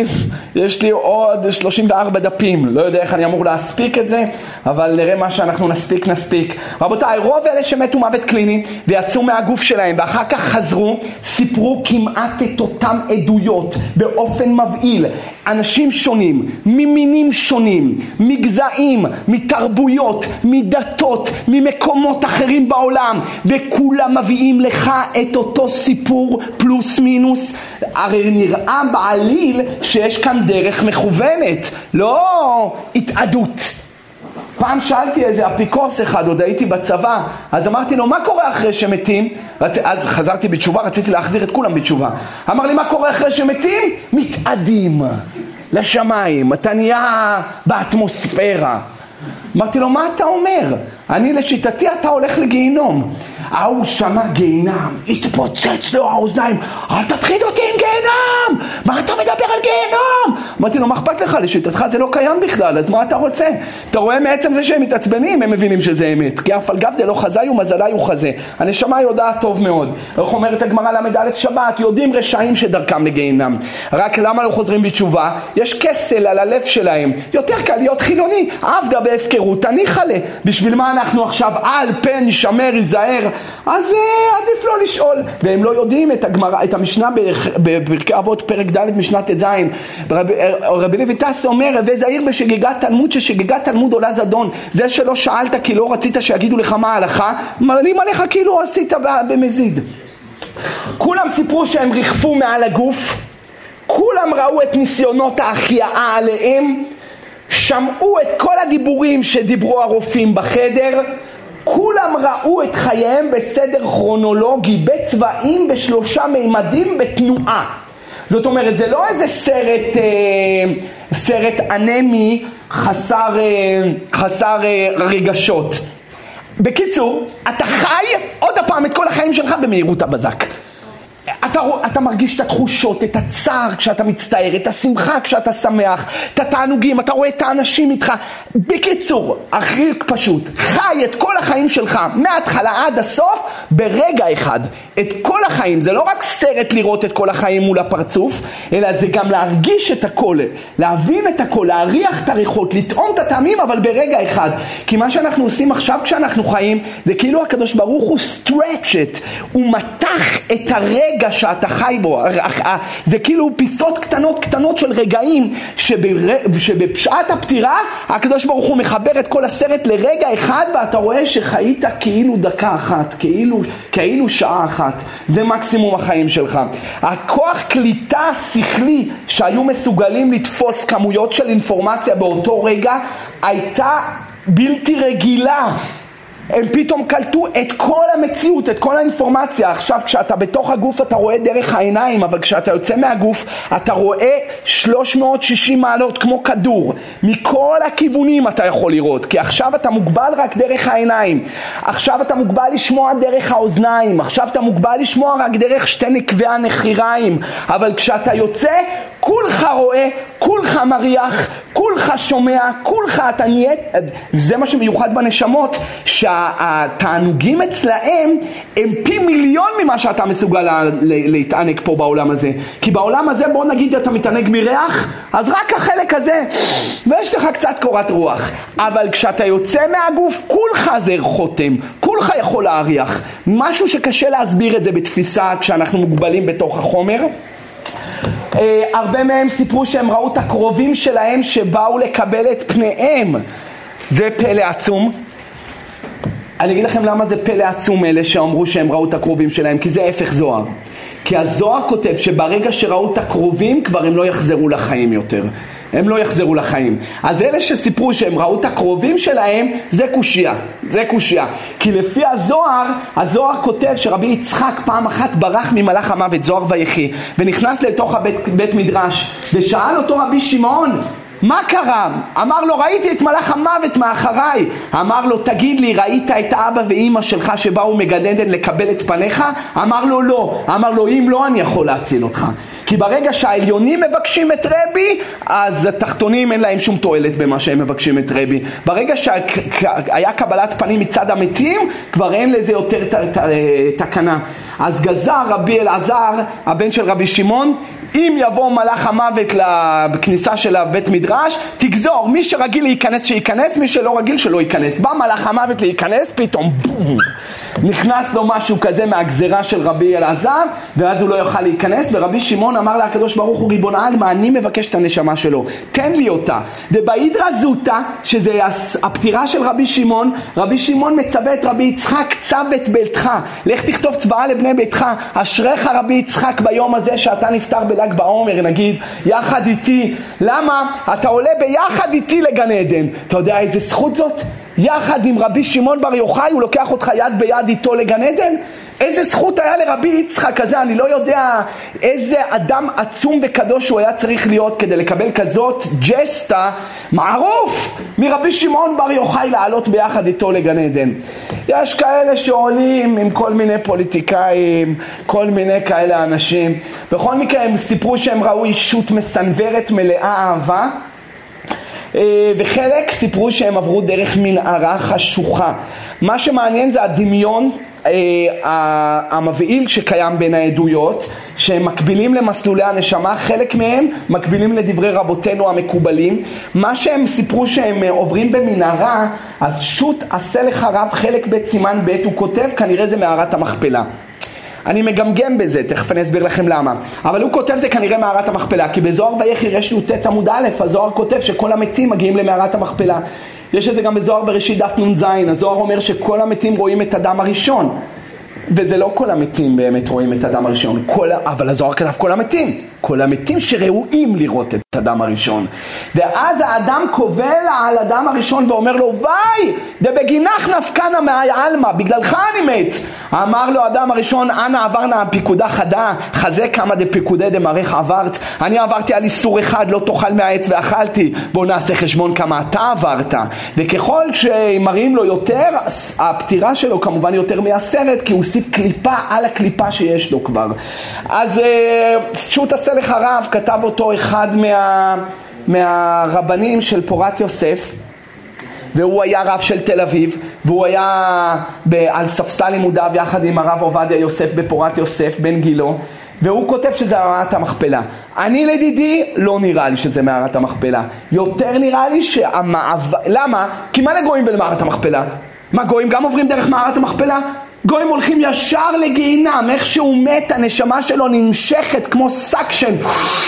יש לי עוד 34 דפים, לא יודע איך אני אמור להספיק את זה, אבל נראה מה שאנחנו נספיק. רבותיי, רוב אלה שמתו מוות קליני ויצאו מהגוף שלהם ואחר כך חזרו, סיפרו כמעט את אותם עדויות באופן מבהיל. אנשים שונים, ממינים שונים, מגזעים, מתרבויות, מדתות, ממקומות אחרים בעולם, וכולם מביאים לך את אותו סיפור פלוס מינוס. הרי נראה בעליל שיש כאן דרך מכוונת, לא התעדות. פעם שאלתי איזה אפיקורס אחד, עוד הייתי בצבא, אז אמרתי לו, מה קורה אחרי שמתים? אז חזרתי בתשובה, רציתי להחזיר את כולם בתשובה. אמר לי, מה קורה אחרי שמתים? מתעדים לשמיים, אתה נהיה באטמוספירה. אמרתי לו, מה אתה אומר? אני לשיטתי אתה הולך לגיהינום. הוא שמע גיהינם, התפוצץ לו האוזניים, אל תפחיד אותי עם גיהינם, מה אתה מדבר על גיהינם? אמרתי לו, מה אכפת לך? לשיטתך זה לא קיים בכלל, אז מה אתה רוצה? אתה רואה מעצם זה שהם מתעצבנים, הם מבינים שזה אמת, כי אף על גב דלא חזאי ומזלי הוא חזה. הנשמה יודעת טוב מאוד. איך אומרת הגמרא ל"א שבת, יודעים רשעים שדרכם לגיהינם, רק למה לא חוזרים בתשובה? יש כסל על הלב שלהם, יותר קל להיות חילוני, עבדה בהפקרות, תניחה לה. בשביל מה אנחנו עכשיו על פן ישמר יזהר? אז עדיף לא לשאול. והם לא יודעים את המשנה בפרקי אבות פרק ד' משנה ט"ז. רבי לויטס אומר, וזהיר בשגיגת תלמוד, ששגיגת תלמוד עולה זדון. זה שלא שאלת כי לא רצית שיגידו לך מה ההלכה, מעלים עליך כאילו עשית במזיד. כולם סיפרו שהם ריחפו מעל הגוף, כולם ראו את ניסיונות ההחייאה עליהם, שמעו את כל הדיבורים שדיברו הרופאים בחדר, כולם ראו את חייהם בסדר כרונולוגי, בצבעים, בשלושה מימדים, בתנועה. זאת אומרת, זה לא איזה סרט אנמי חסר רגשות. בקיצור, אתה חי עוד הפעם את כל החיים שלך במהירות הבזק. אתה מרגיש את התחושות, את הצער כשאתה מצטער, את השמחה כשאתה שמח, את התענוגים, אתה רואה את האנשים איתך. בקיצור, הכי פשוט, חי את כל החיים שלך מההתחלה עד הסוף ברגע אחד. את כל החיים, זה לא רק סרט לראות את כל החיים מול הפרצוף, אלא זה גם להרגיש את הכל, להבין את הכל, להריח את הריחות, לטעום את הטעמים, אבל ברגע אחד. כי מה שאנחנו עושים עכשיו כשאנחנו חיים, זה כאילו הקדוש ברוך הוא stretch it, הוא מתח את הרגע שאתה חי בו. זה כאילו פיסות קטנות של רגעים, שבפשעת הפטירה, הקדוש ברוך הוא מחבר את כל הסרט לרגע אחד, ואתה רואה שחיית כאילו דקה אחת, כאילו שעה אחת. זה מקסימום החיים שלך. הכוח קליטה שכלי שהיו מסוגלים לתפוס כמויות של אינפורמציה באותו רגע הייתה בלתי רגילה. הם פתאום קלטו את כל המציאות, את כל האינפורמציה. עכשיו כשאתה בתוך הגוף אתה רואה דרך העיניים, אבל כשאתה יוצא מהגוף אתה רואה 360 מעלות כמו כדור. מכל הכיוונים אתה יכול לראות, כי עכשיו אתה מוגבל רק דרך העיניים. עכשיו אתה מוגבל לשמוע דרך האוזניים. עכשיו אתה מוגבל לשמוע רק דרך שתי נקבי הנחיריים. אבל כשאתה יוצא, כולך רואה, כולך מריח, כולך שומע, כולך אתה נהיה. זה מה שמיוחד בנשמות, שהתענוגים אצלהם הם פי מיליון ממה שאתה מסוגל להתענג פה בעולם הזה. כי בעולם הזה, בוא נגיד אתה מתענג מריח, אז רק החלק הזה, ויש לך קצת קורת רוח. אבל כשאתה יוצא מהגוף, כולך זה חותם, כולך יכול להריח. משהו שקשה להסביר את זה בתפיסה כשאנחנו מוגבלים בתוך החומר. הרבה מהם סיפרו שהם ראו את הקרובים שלהם שבאו לקבל את פניהם. זה פלא עצום. אני אגיד לכם למה זה פלא עצום אלה שאמרו שהם ראו את הקרובים שלהם, כי זה הפך זוהר. כי הזוהר כותב שברגע שראו את הקרובים כבר הם לא יחזרו לחיים יותר. הם לא יחזרו לחיים. אז אלה שסיפרו שהם ראו את הקרובים שלהם, זה קושיה. זה קושיה. כי לפי הזוהר כותב שרבי יצחק פעם אחת ברח ממלאך המוות, זוהר ויחי, ונכנס לתוך בית מדרש, ושאל אותו רבי שמעון, מה קרה? אמר לו, ראיתי את מלאך המוות מאחריי. אמר לו, תגיד לי, ראית את אבא ואמא שלך שבאו מגן עדן לקבל את פניך? אמר לו, לא. אמר לו, אם לא, אני יכול להציל אותך. כי ברגע שהעליונים מבקשים את רבי, אז התחתונים אין להם שום תועלת במה שהם מבקשים את רבי. ברגע שהיה קבלת פנים מצד המתים, כבר אין לזה יותר תקנה. אז גזר רבי אלעזר, הבן של רבי שמעון, אם יבוא מלאך המוות בכניסה של הבית מדרש, תגזור, מי שרגיל להיכנס שייכנס, מי שלא רגיל שלא ייכנס. בא מלאך המוות להיכנס, פתאום בום, נכנס לו משהו כזה מהגזרה של רבי אלעזר, ואז הוא לא יוכל להיכנס. ורבי שמעון אמר לה, הקדוש ברוך הוא ריבון העולם, אני מבקש את הנשמה שלו, תן לי אותה. ובהידרא זוטא, שזה הפטירה של רבי שמעון, רבי שמעון מצווה את רבי יצחק, צב את ביתך, לך תכתוב צוואה לבני ביתך, אשריך רבי יצחק ביום הזה שאתה נפטר בל"ג בעומר, נגיד יחד איתי. למה? אתה עולה ביחד איתי לגן עדן. אתה יודע איזה זכות זאת? יחד עם רבי שמעון בר יוחאי, הוא לוקח אותך יד ביד איתו לגן עדן. איזה זכות היה לרבי יצחק כזה, אני לא יודע איזה אדם עצום וקדוש הוא היה צריך להיות כדי לקבל כזאת ג'סטה מערוף מרבי שמעון בר יוחאי לעלות ביחד איתו לגן עדן. יש כאלה שעולים עם כל מיני פוליטיקאים, כל מיני כאלה אנשים. בכל מקרה הם סיפרו שהם ראו אישות מסנוורת מלאה אהבה, וחלק סיפרו שהם עברו דרך מנהרה חשוכה. מה שמעניין זה הדמיון המבהיל שקיים בין העדויות, שהם מקבילים למסלולי הנשמה, חלק מהם מקבילים לדברי רבותינו המקובלים. מה שהם סיפרו שהם עוברים במנהרה, אז שו"ת עשה לך רב חלק ב' סימן ב', הוא כותב כנראה זה מערת המכפלה. אני מגמגם בזה, תכף אני אסביר לכם למה. אבל הוא כותב זה כנראה מערת המכפלה, כי בזוהר ויחי רש"ט עמוד א', הזוהר כותב שכל המתים מגיעים למערת המכפלה. יש את זה גם בזוהר בראשית דף נ"ז, הזוהר אומר שכל המתים רואים את אדם הראשון. וזה לא כל המתים באמת רואים את אדם הראשון, אבל הזוהר כתב כל המתים שראויים לראות את אדם הראשון. ואז האדם קובל על האדם הראשון ואומר לו, וי, דבגינך נפקנה מהעלמא, בגללך אני מת. אמר לו האדם הראשון, אנא עברנה פיקודה חדה, חזה כמה דפיקודי דמרך עברת. אני עברתי על איסור אחד, לא תאכל מהעץ ואכלתי. בוא נעשה חשבון כמה אתה עברת. וככל שמראים לו יותר, הפטירה שלו כמובן יותר מהסרט, כי הוא הוסיף קליפה על הקליפה שיש לו כבר. אז שו"ת עשה לך רב, כתב אותו אחד מהרבנים של פורת יוסף, והוא היה רב של תל אביב, והוא היה על ספסל לימודיו יחד עם הרב עובדיה יוסף בפורת יוסף בן גילו, והוא כותב שזה מערת המכפלה. אני לדידי לא נראה לי שזה מערת המכפלה, יותר נראה לי למה? כי מה לגויים ולמערת המכפלה? מה, גויים גם עוברים דרך מערת המכפלה? גויים הולכים ישר לגיהינם, איך שהוא מת הנשמה שלו נמשכת כמו סקשן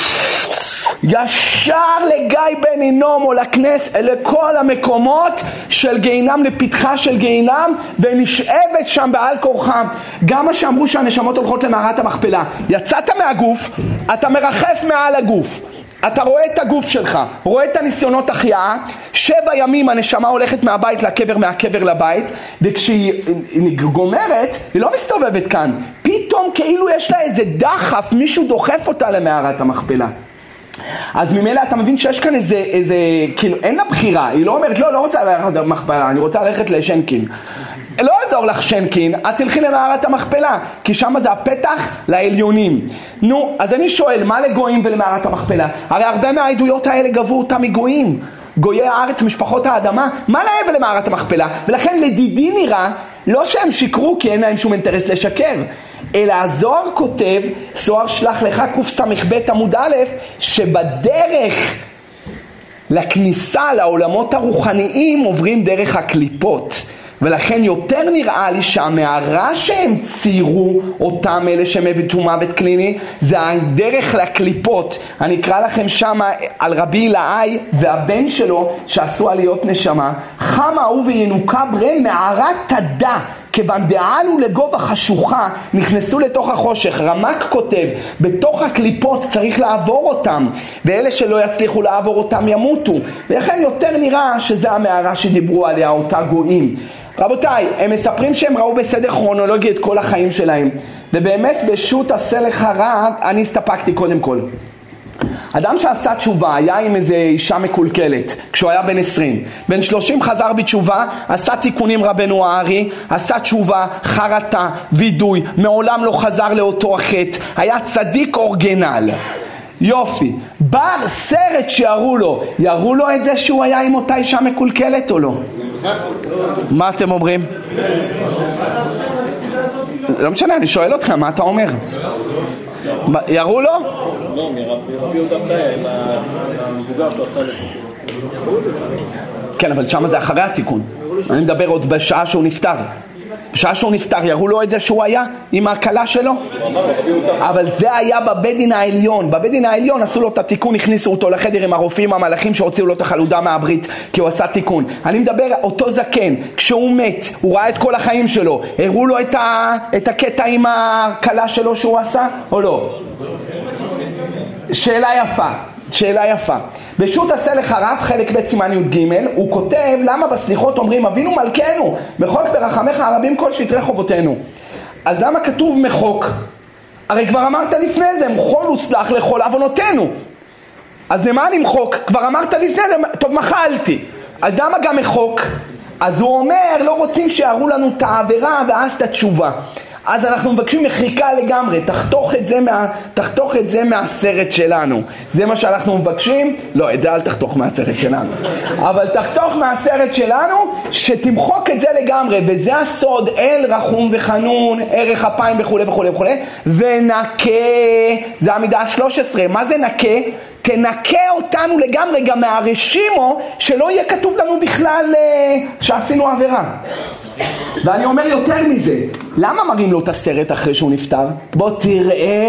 ישר לגיא בן הינום או לכנס, לכל המקומות של גיהינם, לפתחה של גיהינם, ונשאבת שם בעל כורחם. גם מה שאמרו שהנשמות הולכות למערת המכפלה, יצאת מהגוף, אתה מרחף מעל הגוף, אתה רואה את הגוף שלך, רואה את הניסיונות החייאה, 7 ימים הנשמה הולכת מהבית לקבר, מהקבר לבית, וכשהיא גומרת, היא לא מסתובבת כאן, פתאום כאילו יש לה איזה דחף, מישהו דוחף אותה למערת המכפלה. אז ממילא אתה מבין שיש כאן איזה, כאילו אין לה בחירה, היא לא אומרת, לא רוצה ללכת למכפלה, אני רוצה ללכת לשנקין. לא יעזור לך שנקין, את תלכי למערת המכפלה, כי שם זה הפתח לעליונים. נו, אז אני שואל, מה לגויים ולמערת המכפלה? הרי הרבה מהעדויות האלה גבו אותם מגויים, גויי הארץ, משפחות האדמה, מה להם ולמערת המכפלה? ולכן לדידי נראה, לא שהם שיקרו כי אין להם שום אינטרס לשקר, אלא הזוהר כותב, זוהר שלח לך קס"ב עמוד א', שבדרך לכניסה לעולמות הרוחניים עוברים דרך הקליפות. ולכן יותר נראה לי שהמערה שהם ציירו אותם אלה שמביטו מוות קליני זה הדרך לקליפות. אני אקרא לכם שם על רבי אלעאי והבן שלו שעשו עליות נשמה. חמה הוא וינוקה ברם מערת תדה, כיוון דעלו לגובה חשוכה, נכנסו לתוך החושך. רמק כותב, בתוך הקליפות צריך לעבור אותם, ואלה שלא יצליחו לעבור אותם ימותו. ולכן יותר נראה שזה המערה שדיברו עליה אותה גויים. רבותיי, הם מספרים שהם ראו בסדר כרונולוגי את כל החיים שלהם, ובאמת בשו"ת עשה לך רב אני הסתפקתי קודם כל. אדם שעשה תשובה היה עם איזה אישה מקולקלת כשהוא היה בן 20, בן 30 חזר בתשובה, עשה תיקונים רבנו הארי, עשה תשובה, חרטה, וידוי, מעולם לא חזר לאותו החטא, היה צדיק אורגנל. יופי, בר סרט שיראו לו, יראו לו את זה שהוא היה עם אותה אישה מקולקלת או לא? מה אתם אומרים? לא משנה, אני שואל אתכם, מה אתה אומר? יראו לו? לא, מרבי אותם עם המבוגר שהוא עשה כן, אבל שם זה אחרי התיקון. אני מדבר עוד בשעה שהוא נפטר. בשעה שהוא נפטר, יראו לו את זה שהוא היה עם ההקלה שלו? אבל זה היה בבית דין העליון. בבית דין העליון עשו לו את התיקון, הכניסו אותו לחדר עם הרופאים המלאכים שהוציאו לו את החלודה מהברית כי הוא עשה תיקון. אני מדבר אותו זקן, כשהוא מת, הוא ראה את כל החיים שלו, הראו לו את הקטע עם ההקלה שלו שהוא עשה או לא? שאלה יפה, שאלה יפה. בשו"ת עשה לך רב חלק ב' סימן י"ג הוא כותב למה בסליחות אומרים אבינו מלכנו מחוק ברחמך הרבים כל שטרי חובותינו. אז למה כתוב מחוק? הרי כבר אמרת לפני זה מחול וסלח לכל עוונותינו, אז למה נמחוק? כבר אמרת לפני זה, טוב מחלתי, אז למה גם מחוק? אז הוא אומר לא רוצים שיראו לנו את העבירה ואז את התשובה, אז אנחנו מבקשים מחיקה לגמרי, תחתוך את זה מהסרט שלנו. זה מה שאנחנו מבקשים. לא, את זה אל תחתוך מהסרט שלנו. אבל תחתוך מהסרט שלנו, שתמחוק את זה לגמרי. וזה הסוד, אל רחום וחנון, ערך אפיים וכו' וכו' וכו'. ונקה, זה המידה 13. מה זה נקה? תנקה אותנו לגמרי גם מהרשימו, שלא יהיה כתוב לנו בכלל שעשינו עבירה. ואני אומר יותר מזה, למה מראים לו את הסרט אחרי שהוא נפטר? בוא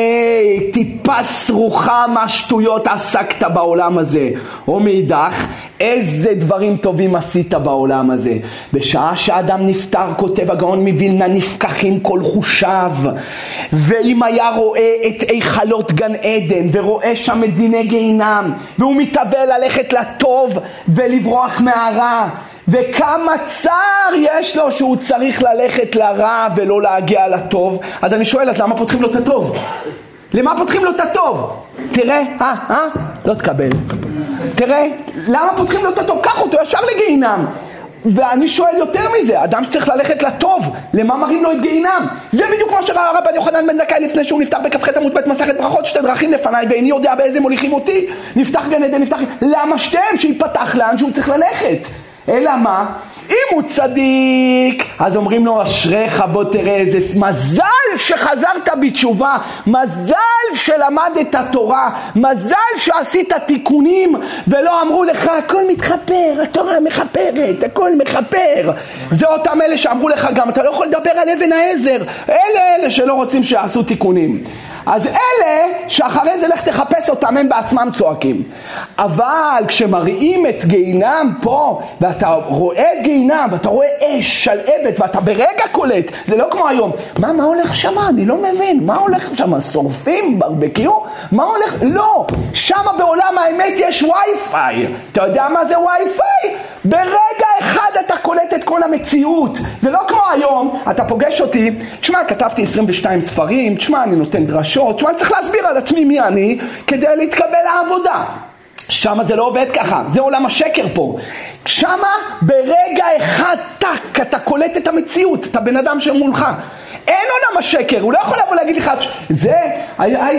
תראה, טיפה סרוחה מה שטויות עסקת בעולם הזה. או מאידך, איזה דברים טובים עשית בעולם הזה. בשעה שאדם נפטר, כותב הגאון מווילנה, נפקחים כל חושיו. ואם היה רואה את היכלות גן עדן ורואה שם את דיני גיהינם, והוא מתאווה ללכת לטוב ולברוח מהרע, וכמה צער יש לו שהוא צריך ללכת לרע ולא להגיע לטוב. אז אני שואל, אז למה פותחים לו את הטוב? למה פותחים לו את הטוב? תראה, לא תקבל. תראה, למה פותחים לו את הטוב? קח אותו ישר לגיהינם. ואני שואל יותר מזה, אדם שצריך ללכת לטוב, למה מראים לו את גיהינם? זה בדיוק מה שראה רבן יוחנן בן זכאי לפני שהוא נפתח בכ"ח עמוד ב' מסכת ברכות, שתי דרכים לפניי ואיני יודע באיזה מוליכים אותי. נפתח גן עדן, נפתח... למה שתיהם? שיפתח לאן שהוא צריך ללכת. אלא מה? אם הוא צדיק, אז אומרים לו, אשריך, בוא תראה איזה מזל שחזרת בתשובה, מזל שלמדת תורה, מזל שעשית תיקונים, ולא אמרו לך, הכל מתחפר, התורה מחפרת, הכל מחפר. זה אותם אלה שאמרו לך גם, אתה לא יכול לדבר על אבן העזר, אלה שלא רוצים שיעשו תיקונים. אז אלה שאחרי זה לך תחפש אותם, הם בעצמם צועקים. אבל כשמראים את גיהינם פה, ואתה רואה את גיהינם, ואתה רואה אש שלהבת, ואתה ברגע קולט, זה לא כמו היום. מה הולך שם? אני לא מבין. מה הולך שם? שורפים? ברבקיו? מה הולך? לא. שם בעולם האמת יש וי-פיי. אתה יודע מה זה וי-פיי? ברגע אחד אתה קולט את כל המציאות. זה לא כמו היום, אתה פוגש אותי, תשמע, כתבתי 22 ספרים, תשמע, אני נותן דרשות, תשמע, אני צריך להסביר על עצמי מי אני, כדי להתקבל לעבודה. שמה זה לא עובד ככה, זה עולם השקר פה. שמה ברגע אחד טק, אתה קולט את המציאות, אתה בן אדם שמולך. אין עולם השקר, הוא לא יכול לבוא להגיד לך, היה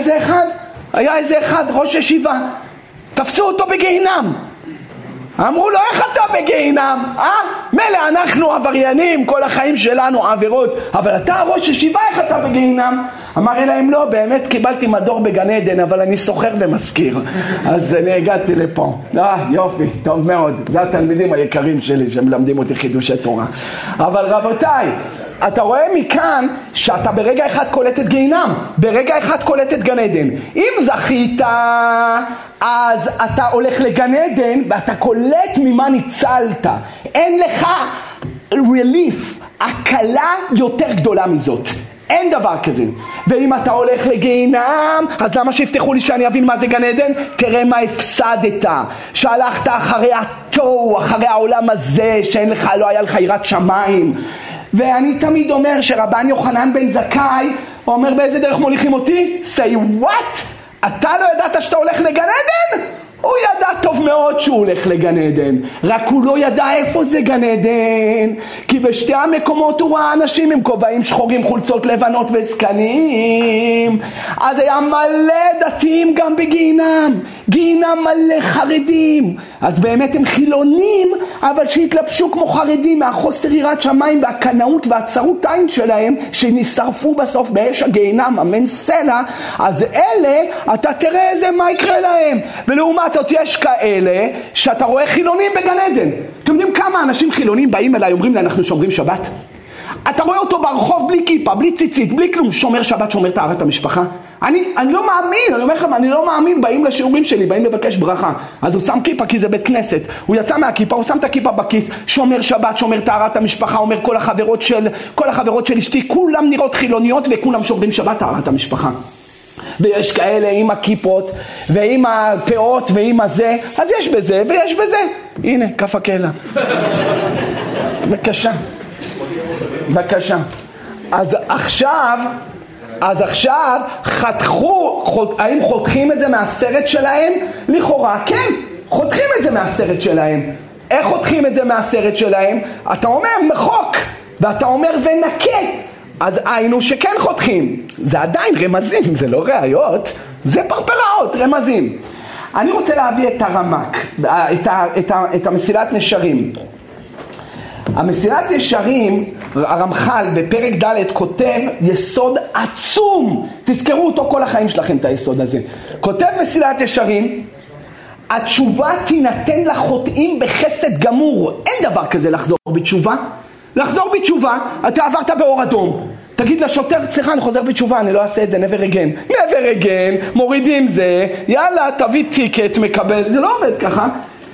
איזה אחד, ראש ישיבה, תפסו אותו בגיהינם. אמרו לו, איך אתה בגיהינם? מלא, אנחנו עבריינים, כל החיים שלנו עבירות, אבל אתה ראש ישיבה, איך אתה בגיהינם? אמר להם, לא, באמת קיבלתי מדור בגן עדן, אבל אני סוחר ומזכיר. אז אני הגעתי לפה. יופי, טוב מאוד. זה התלמידים היקרים שלי שמלמדים אותי חידושי תורה. אבל רבותיי, אתה רואה מכאן שאתה ברגע אחד קולט את גיהינם, ברגע אחד קולט את גן עדן. אם זכית, אז אתה הולך לגן עדן ואתה קולט ממה ניצלת. אין לך relief, הקלה יותר גדולה מזאת. אין דבר כזה. ואם אתה הולך לגיהינם, אז למה שיפתחו לי שאני אבין מה זה גן עדן? תראה מה הפסדת. שהלכת אחרי התוהו, אחרי העולם הזה, שאין לך, לא היה לך יראת שמיים. ואני תמיד אומר שרבן יוחנן בן זכאי אומר, באיזה דרך מוליכים אותי? say what? אתה לא ידעת שאתה הולך לגן עדן? הוא ידע טוב מאוד שהוא הולך לגן עדן, רק הוא לא ידע איפה זה גן עדן, כי בשתי המקומות הוא ראה אנשים עם כובעים שחורים, חולצות לבנות וזקנים. אז היה מלא דתיים גם בגיהינם, גיהינם מלא חרדים. אז באמת הם חילונים, אבל שהתלבשו כמו חרדים מהחוסר יראת שמיים והקנאות והצרות עין שלהם, שנשרפו בסוף באש הגיהינם, אמן סלע. אז אלה, אתה תראה איזה מה יקרה להם. ולעומת זאת יש כאלה שאתה רואה חילונים בגן עדן. אתם יודעים כמה אנשים חילונים באים אליי, אומרים לי, אנחנו שומרים שבת? אתה רואה אותו ברחוב בלי כיפה, בלי ציצית, בלי כלום, שומר שבת, שומר טהרת המשפחה. אני לא מאמין, אני אומר לכם, אני לא מאמין. באים לשיעורים שלי, באים לבקש ברכה, אז הוא שם כיפה כי זה בית כנסת, הוא יצא מהכיפה, הוא שם את הכיפה בכיס, שומר שבת, שומר טהרת המשפחה, אומר כל החברות של אשתי, כולם נראות חילוניות וכולם שומרים שבת טהרת המשפחה. ויש כאלה עם הכיפות ועם הפאות ועם הזה, אז יש בזה ויש בזה. הנה, כף הקהלה. בבקשה. אז עכשיו האם חותכים את זה מהסרט שלהם? לכאורה כן, חותכים את זה מהסרט שלהם. איך חותכים את זה מהסרט שלהם? אתה אומר מחוק, ואתה אומר ונקה. אז היינו שכן חותכים. זה עדיין רמזים, זה לא ראיות, זה פרפראות, רמזים. אני רוצה להביא את הרמק, את המסילת נשרים. המסילת ישרים, הרמח"ל בפרק ד' כותב יסוד עצום, תזכרו אותו כל החיים שלכם את היסוד הזה. כותב מסילת ישרים, התשובה תינתן לחוטאים בחסד גמור. אין דבר כזה לחזור בתשובה. לחזור בתשובה, אתה עברת באור אדום, תגיד לשוטר, סליחה, אני חוזר בתשובה, אני לא אעשה את זה, never again, מורידים זה, יאללה, תביא טיקט, מקבל. זה לא עובד ככה.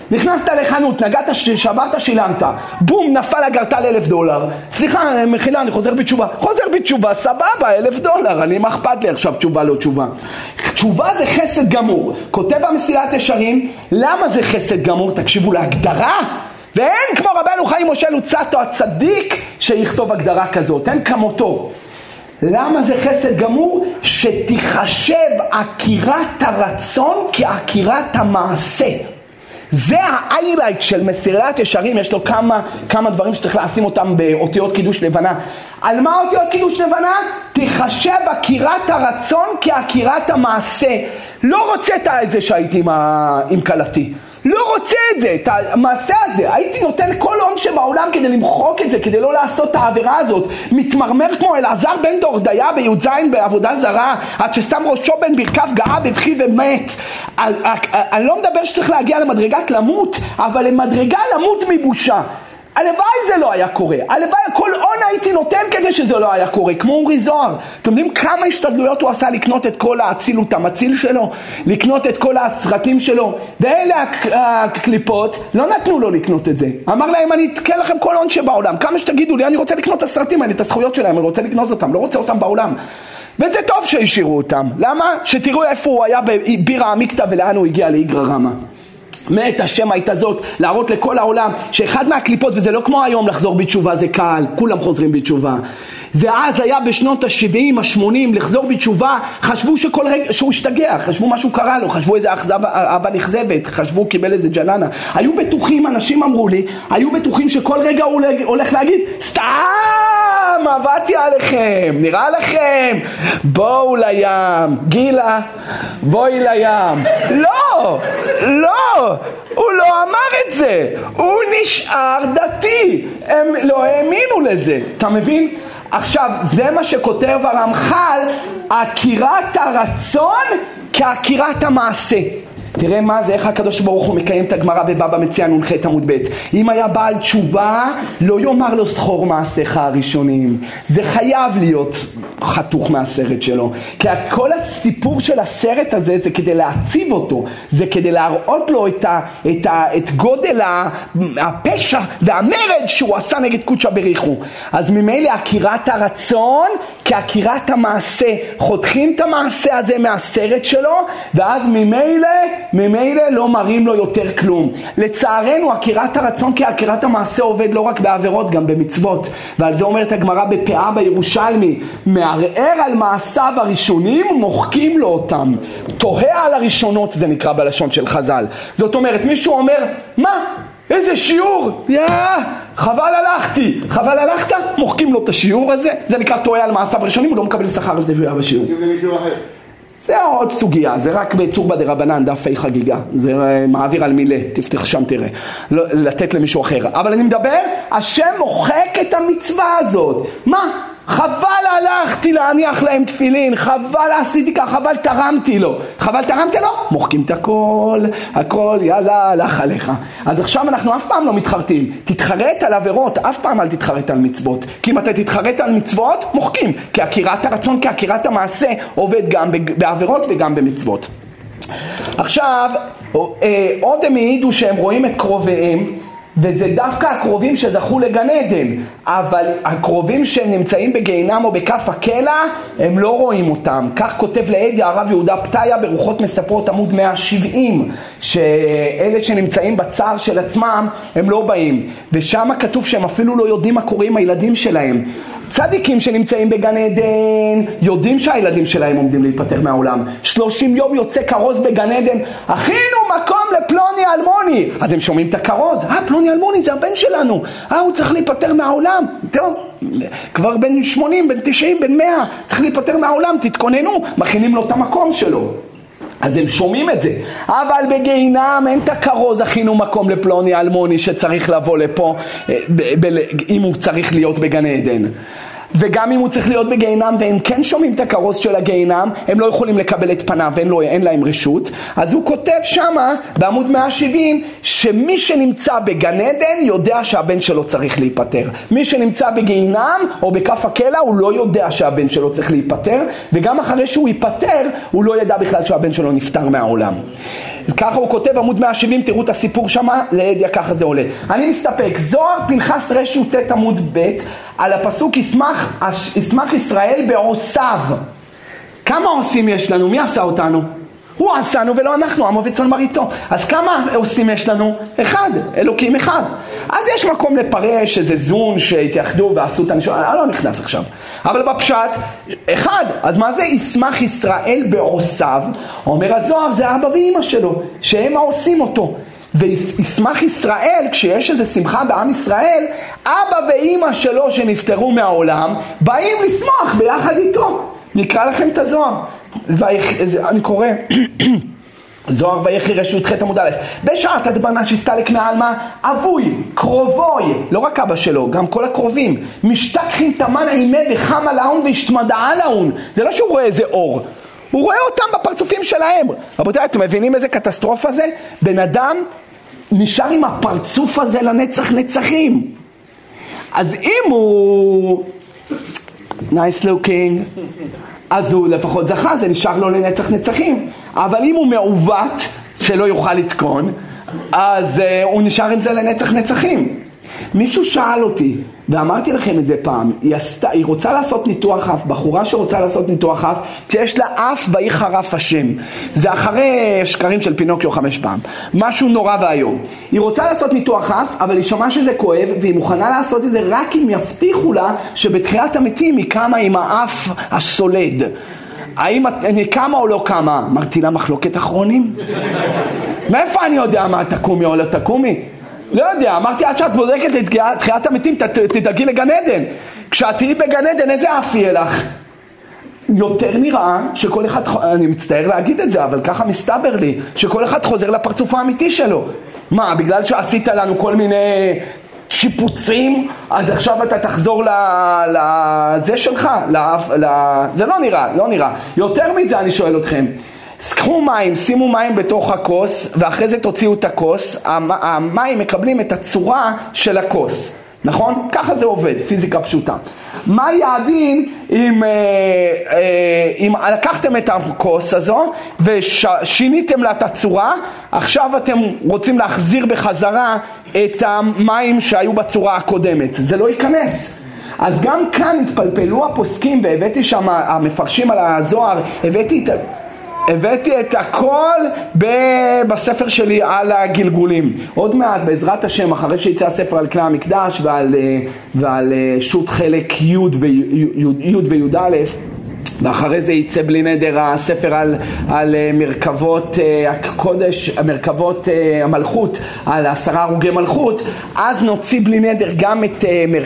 נכנסת לחנות, נגעת, שברת, שילמת, בום, נפל הגרטל $1,000. סליחה, מחילה, אני חוזר בתשובה, סבבה, $1,000, אני מה אכפת לי עכשיו תשובה לא תשובה. תשובה זה חסד גמור. כותב המסילת ישרים, למה זה חסד גמור? תקשיבו להגדרה. ואין כמו רבנו חיים משה לוצאטו הצדיק שיכתוב הגדרה כזאת, אין כמותו. למה זה חסד גמור? שתיחשב עקירת הרצון כעקירת המעשה. זה האיילייט של מסילת ישרים. יש לו כמה דברים שצריך לשים אותם באותיות קידוש לבנה. על מה אותיות קידוש לבנה? תיחשב עקירת הרצון כעקירת המעשה. לא רוצה את זה שהייתי עם קלתי, לא רוצה את זה, את המעשה הזה. הייתי נותן כל הון שבעולם כדי למחוק את זה, כדי לא לעשות את העבירה הזאת. מתמרמר כמו אלעזר בן דורדיה בי"ז בעבודה זרה, עד ששם ראשו בין ברכיו גאה בבכי ומת. אני לא מדבר שצריך להגיע למדרגת למות, אבל למדרגה למות מבושה. הלוואי זה לא היה קורה, הלוואי כל הון הייתי נותן כדי שזה לא היה קורה, כמו אורי זוהר. אתם יודעים כמה השתדלויות הוא עשה לקנות את כל האצילות המציל שלו, לקנות את כל הסרטים שלו, ואלה הקליפות לא נתנו לו לקנות את זה. אמר להם, אני אתקל לכם כל הון שבעולם, כמה שתגידו לי, אני רוצה לקנות את הסרטים האלה, את הזכויות שלהם, אני רוצה לקנות אותם, לא רוצה אותם בעולם. וזה טוב שהשאירו אותם. למה? שתראו איפה הוא היה בבירה עמיקתא ולאן הוא הגיע לאיגרא רמא. מת השם הייתה זאת להראות לכל העולם שאחד מהקליפות, וזה לא כמו היום לחזור בתשובה, זה קל, כולם חוזרים בתשובה. זה אז היה בשנות ה-70, ה-80, לחזור בתשובה, חשבו שכל רגע שהוא השתגע, חשבו משהו קרה לו, חשבו איזה אהבה נכזבת, חשבו קיבל איזה ג'לנה. היו בטוחים, אנשים אמרו לי, היו בטוחים שכל רגע הוא הולך להגיד, סתם, עבדתי עליכם, נראה לכם, בואו לים, גילה, בואי לים. לא, הוא לא אמר את זה, הוא נשאר דתי, הם לא האמינו לזה, אתה מבין? עכשיו, זה מה שכותב הרמח"ל, עקירת הרצון כעקירת המעשה. תראה מה זה, איך הקדוש ברוך הוא מקיים את הגמרא בבבא מציעא נ"ח עמוד ב'. אם היה בעל תשובה, לא יאמר לו זכור מעשיך הראשונים. זה חייב להיות חתוך מהסרט שלו. כי כל הסיפור של הסרט הזה זה כדי להציב אותו. זה כדי להראות לו את גודל הפשע והמרד שהוא עשה נגד קודשא בריחו. אז ממילא עקירת הרצון כעקירת המעשה. חותכים את המעשה הזה מהסרט שלו, ואז ממילא לא מראים לו יותר כלום. לצערנו, עקירת הרצון כעקירת המעשה עובד לא רק בעבירות, גם במצוות. ועל זה אומרת הגמרא בפאה בירושלמי, מערער על מעשיו הראשונים, מוחקים לו אותם. תוהה על הראשונות, זה נקרא בלשון של חז"ל. זאת אומרת, מישהו אומר, מה? איזה שיעור? חבל הלכת? מוחקים לו את השיעור הזה. זה נקרא תוהה על מעשיו הראשונים, הוא לא מקבל שכר על זה בשיעור. זה עוד סוגיה, זה רק בצורבא דרבנן, דפי חגיגה, זה מעביר על מילה, תפתח שם תראה, לתת למישהו אחר. אבל אני מדבר, השם מוחק את המצווה הזאת. מה? חבל הלכתי להניח להם תפילין, חבל עשיתי כך, חבל תרמתי לו. מוחקים את הכל, יאללה, הלך עליך. אז עכשיו אנחנו אף פעם לא מתחרטים. תתחרט על עבירות, אף פעם אל תתחרט על מצוות. כי אם אתה תתחרט על מצוות, מוחקים. כי עקירת הרצון, כי עקירת המעשה עובד גם בעבירות וגם במצוות. עכשיו, עוד הם העידו שהם רואים את קרוביהם, וזה דווקא הקרובים שזכו לגן עדן, אבל הקרובים שנמצאים בגיהינום או בכף הקלע, הם לא רואים אותם. כך כותב לעדיה הרב יהודה פתיה ברוחות מספרות עמוד 170, שאלה שנמצאים בצער של עצמם, הם לא באים. ושם כתוב שהם אפילו לא יודעים מה קורה עם הילדים שלהם. צדיקים שנמצאים בגן עדן יודעים שהילדים שלהם עומדים להיפטר מהעולם. 30 יום יוצא כרוז בגן עדן, הכינו מקום לפלוני אלמוני. אז הם שומעים את הכרוז, פלוני אלמוני זה הבן שלנו, הוא צריך להיפטר מהעולם. טוב, כבר בן 80, בן 90, בן 100, צריך להיפטר מהעולם, תתכוננו, מכינים לו את המקום שלו. אז הם שומעים את זה, אבל בגיהינום אין את הכרוז, הכינו מקום לפלוני אלמוני שצריך לבוא לפה אם הוא צריך להיות בגן עדן. וגם אם הוא צריך להיות בגיהינום והם כן שומעים את הכרוז של הגיהינום, הם לא יכולים לקבל את פניו ואין להם רשות. אז הוא כותב שמה בעמוד 170 שמי שנמצא בגן עדן יודע שהבן שלו צריך להיפטר. מי שנמצא בגיהינום או בכף הקלע הוא לא יודע שהבן שלו צריך להיפטר, וגם אחרי שהוא ייפטר הוא לא ידע בכלל שהבן שלו נפטר מהעולם. ככה הוא כותב עמוד 170, תראו את הסיפור שמה, לעדיה ככה זה עולה. אני מסתפק, זוהר פנחס רשות עמוד ב' על הפסוק ישמח ישראל בעושיו. כמה עושים יש לנו? מי עשה אותנו? הוא עשנו ולא אנחנו, עמו וצאן מרעיתו. אז כמה עושים יש לנו? אחד, אלוקים אחד. אז יש מקום לפרש איזה זון שהתייחדו ועשו את הנשוא, אני לא נכנס עכשיו. אבל בפשט, אחד, אז מה זה ישמח ישראל בעושיו? אומר הזוהר, זה אבא ואמא שלו, שהם עושים אותו. וישמח ישראל, כשיש איזה שמחה בעם ישראל, אבא ואמא שלו שנפטרו מהעולם, באים לשמוח ביחד איתו. נקרא לכם את הזוהר. אני קורא זוהר ויחי רשות ח' עמוד א' בשעת הדברנה שהסתלק מעלמה אבוי, קרובוי, לא רק אבא שלו, גם כל הקרובים משתכחים תמן עימי וחמה לאון והשתמדעה לאון. זה לא שהוא רואה איזה אור, הוא רואה אותם בפרצופים שלהם. רבותיי, אתם מבינים איזה קטסטרופה זה? בן אדם נשאר עם הפרצוף הזה לנצח נצחים. אז אם הוא nice looking, אז הוא לפחות זכה, זה נשאר לו לנצח נצחים. אבל אם הוא מעוות שלא יוכל לתקון, אז הוא נשאר עם זה לנצח נצחים. מישהו שאל אותי, ואמרתי לכם את זה פעם, היא רוצה לעשות ניתוח אף, בחורה שרוצה לעשות ניתוח אף, כשיש לה אף והיא חרף השם. זה אחרי שקרים של פינוקיו 5 פעם. משהו נורא והיום. היא רוצה לעשות ניתוח אף, אבל היא שומעה שזה כואב, והיא מוכנה לעשות את זה רק אם יבטיחו לה שבתחיית המתים היא קמה עם האף הסולד. האם אני קמה או לא קמה? אמרתי לה, מחלוקת אחרונים? מאיפה אני יודע מה תקומי או לא תקומי? לא יודע, אמרתי עד שאת בודקת לתחיית המתים תדאגי לגן עדן. כשאת תהיי בגן עדן איזה אף יהיה לך? יותר נראה שכל אחד, אני מצטער להגיד את זה אבל ככה מסתבר לי, שכל אחד חוזר לפרצוף האמיתי שלו. מה, בגלל שעשית לנו כל מיני שיפוצים אז עכשיו אתה תחזור לזה שלך? זה לא נראה. יותר מזה אני שואל אתכם, סקחו מים, שימו מים בתוך הכוס ואחרי זה תוציאו את הכוס, המים מקבלים את הצורה של הכוס, נכון? ככה זה עובד, פיזיקה פשוטה. מה יעדים אם לקחתם את הכוס הזו ושיניתם לה את הצורה, עכשיו אתם רוצים להחזיר בחזרה את המים שהיו בצורה הקודמת, זה לא ייכנס. אז גם כאן התפלפלו הפוסקים והבאתי שם המפרשים על הזוהר, הבאתי את הכל בספר שלי על הגלגולים. עוד מעט בעזרת השם, אחרי שיצא הספר על כלי המקדש ועל שו"ת חלק י' וי"א, ואחרי זה יצא בלי נדר הספר על מרכבות הקודש, מרכבות המלכות, על 10 הרוגי מלכות, אז נוציא בלי נדר גם את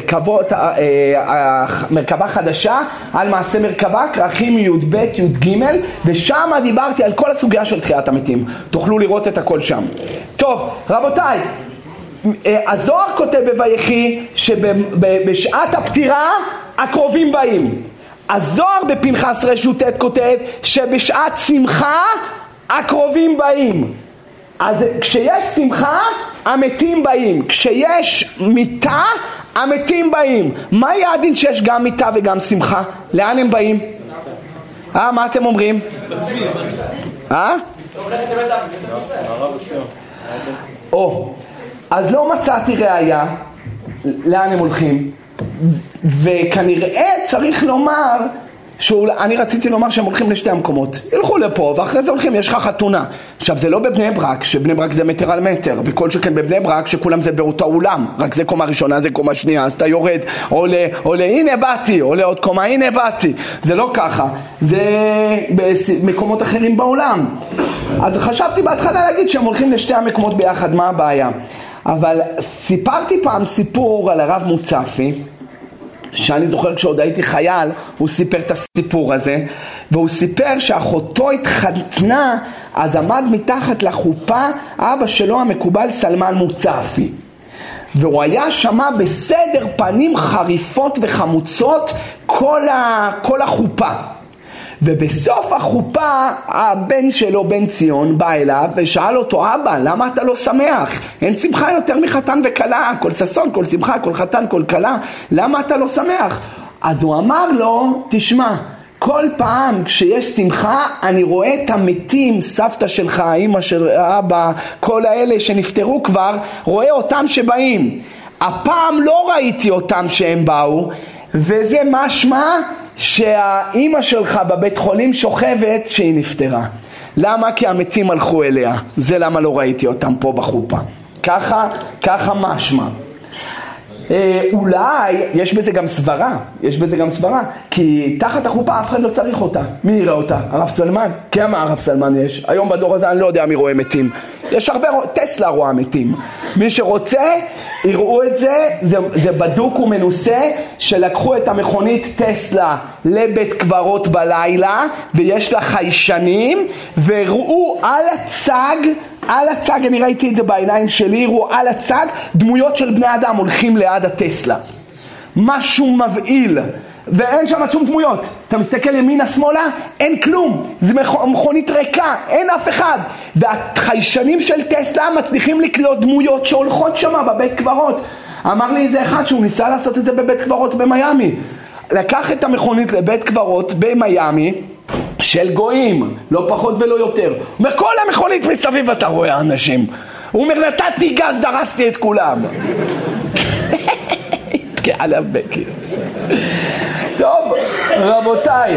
מרכבה חדשה, על מעשה מרכבה, כרכים י"ב י"ג, ושם דיברתי על כל הסוגיה של תחיית המתים. תוכלו לראות את הכל שם. טוב, רבותיי, הזוהר כותב בויחי שבשעת הפטירה הקרובים באים. הזוהר בפנחס רשות ט' כותב שבשעת שמחה הקרובים באים. אז כשיש שמחה המתים באים, כשיש מיטה המתים באים. מה יהיה הדין שיש גם מיטה וגם שמחה? לאן הם באים? מה אתם אומרים? אז לא מצאתי ראיה לאן הם הולכים, וכנראה צריך לומר אני רציתי לומר שהם הולכים לשתי המקומות, ילכו לפה ואחרי זה הולכים, יש לך חתונה. עכשיו זה לא בבני ברק, שבני ברק זה מטר על מטר, וכל שכן בבני ברק שכולם זה באותו אולם, רק זה קומה ראשונה, זה קומה שנייה, אז אתה יורד, עולה הנה באתי, עולה עוד קומה, הנה באתי. זה לא ככה, זה במקומות אחרים בעולם. אז חשבתי בהתחלה להגיד שהם הולכים לשתי המקומות ביחד, מה הבעיה? אבל סיפרתי פעם סיפור על הרב מוצפי, שאני זוכר כשעוד הייתי חייל, הוא סיפר את הסיפור הזה, והוא סיפר שאחותו התחתנה, אז עמד מתחת לחופה אבא שלו המקובל סלמן מוצפי, והוא היה שמה בסדר פנים חריפות וחמוצות כל החופה. ובסוף החופה הבן שלו בן ציון בא אליו ושאל אותו, אבא למה אתה לא שמח? אין שמחה יותר מחתן וקלה, כל ששון, כל שמחה, כל חתן, כל קלה, למה אתה לא שמח? אז הוא אמר לו, תשמע, כל פעם כשיש שמחה אני רואה את המתים, סבתא שלך, אמא של אבא, כל האלה שנפטרו כבר, רואה אותם שבאים. הפעם לא ראיתי אותם שהם באו, וזה משמע שהאמא שלך בבית חולים שוכבת שהיא נפטרה. למה? כי המתים הלכו אליה. זה למה לא ראיתי אותם פה בחופה. ככה משמע. אולי יש בזה גם סברה, כי תחת החופה אף אחד לא צריך אותה. מי יראה אותה? הרב סלמן? כמה הרב סלמן יש? היום בדור הזה אני לא יודע מי רואה מתים. יש הרבה, טסלה רואה מתים. מי שרוצה יראו את זה, זה בדוק ומנוסה, שלקחו את המכונית טסלה לבית קברות בלילה, ויש לה חיישנים, וראו על הצג, אני ראיתי את זה בעיניים שלי, ראו על הצג דמויות של בני אדם הולכים ליד הטסלה. משהו מבהיל, ואין שם שום דמויות. אתה מסתכל ימינה שמאלה, אין כלום, זה מכונית ריקה, אין אף אחד. והחיישנים של טסלה מצליחים לקלוט דמויות שהולכות שם בבית קברות. אמר לי איזה אחד שהוא ניסה לעשות את זה בבית קברות במיימי. לקח את המכונית לבית קברות במיימי, של גויים, לא פחות ולא יותר. הוא אומר, כל המכונית מסביב אתה רואה אנשים. הוא אומר, נתתי גז, דרסתי את כולם. תקע עליו בקיר. טוב, רבותיי,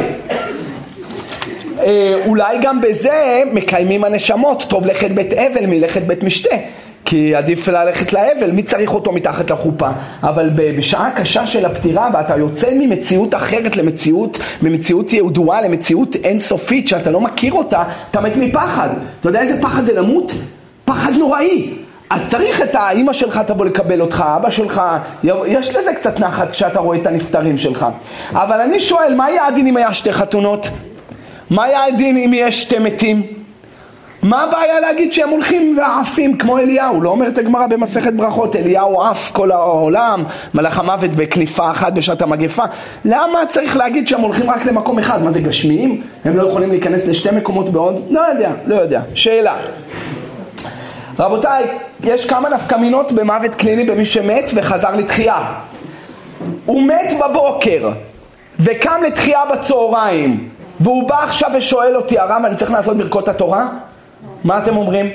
אולי גם בזה מקיימים הנשמות, טוב לכת בית אבל מלכת בית משתה, כי עדיף ללכת לאבל, מי צריך אותו מתחת לחופה? אבל בשעה קשה של הפטירה, ואתה יוצא ממציאות אחרת ממציאות יהודואה למציאות אינסופית שאתה לא מכיר אותה, אתה מת מפחד. אתה יודע איזה פחד זה למות? פחד נוראי. אז צריך את האמא שלך תבוא לקבל אותך, אבא שלך, יש לזה קצת נחת כשאתה רואה את הנפטרים שלך. אבל אני שואל, מה יהיה הדין אם היה שתי חתונות? מה יהיה הדין אם יש שתי מתים? מה הבעיה להגיד שהם הולכים ועפים כמו אליהו? לא אומרת הגמרא במסכת ברכות, אליהו עף כל העולם, מלאך המוות בכניפה אחת בשעת המגפה. למה צריך להגיד שהם הולכים רק למקום אחד? מה זה גשמיים? הם לא יכולים להיכנס לשתי מקומות בעוד? לא יודע. שאלה. רבותיי, יש כמה נפקמינות במוות קליני במי שמת וחזר לתחייה. הוא מת בבוקר וקם לתחייה בצהריים, והוא בא עכשיו ושואל אותי, הרב, אני צריך לעשות ברכות התורה? מה אתם אומרים?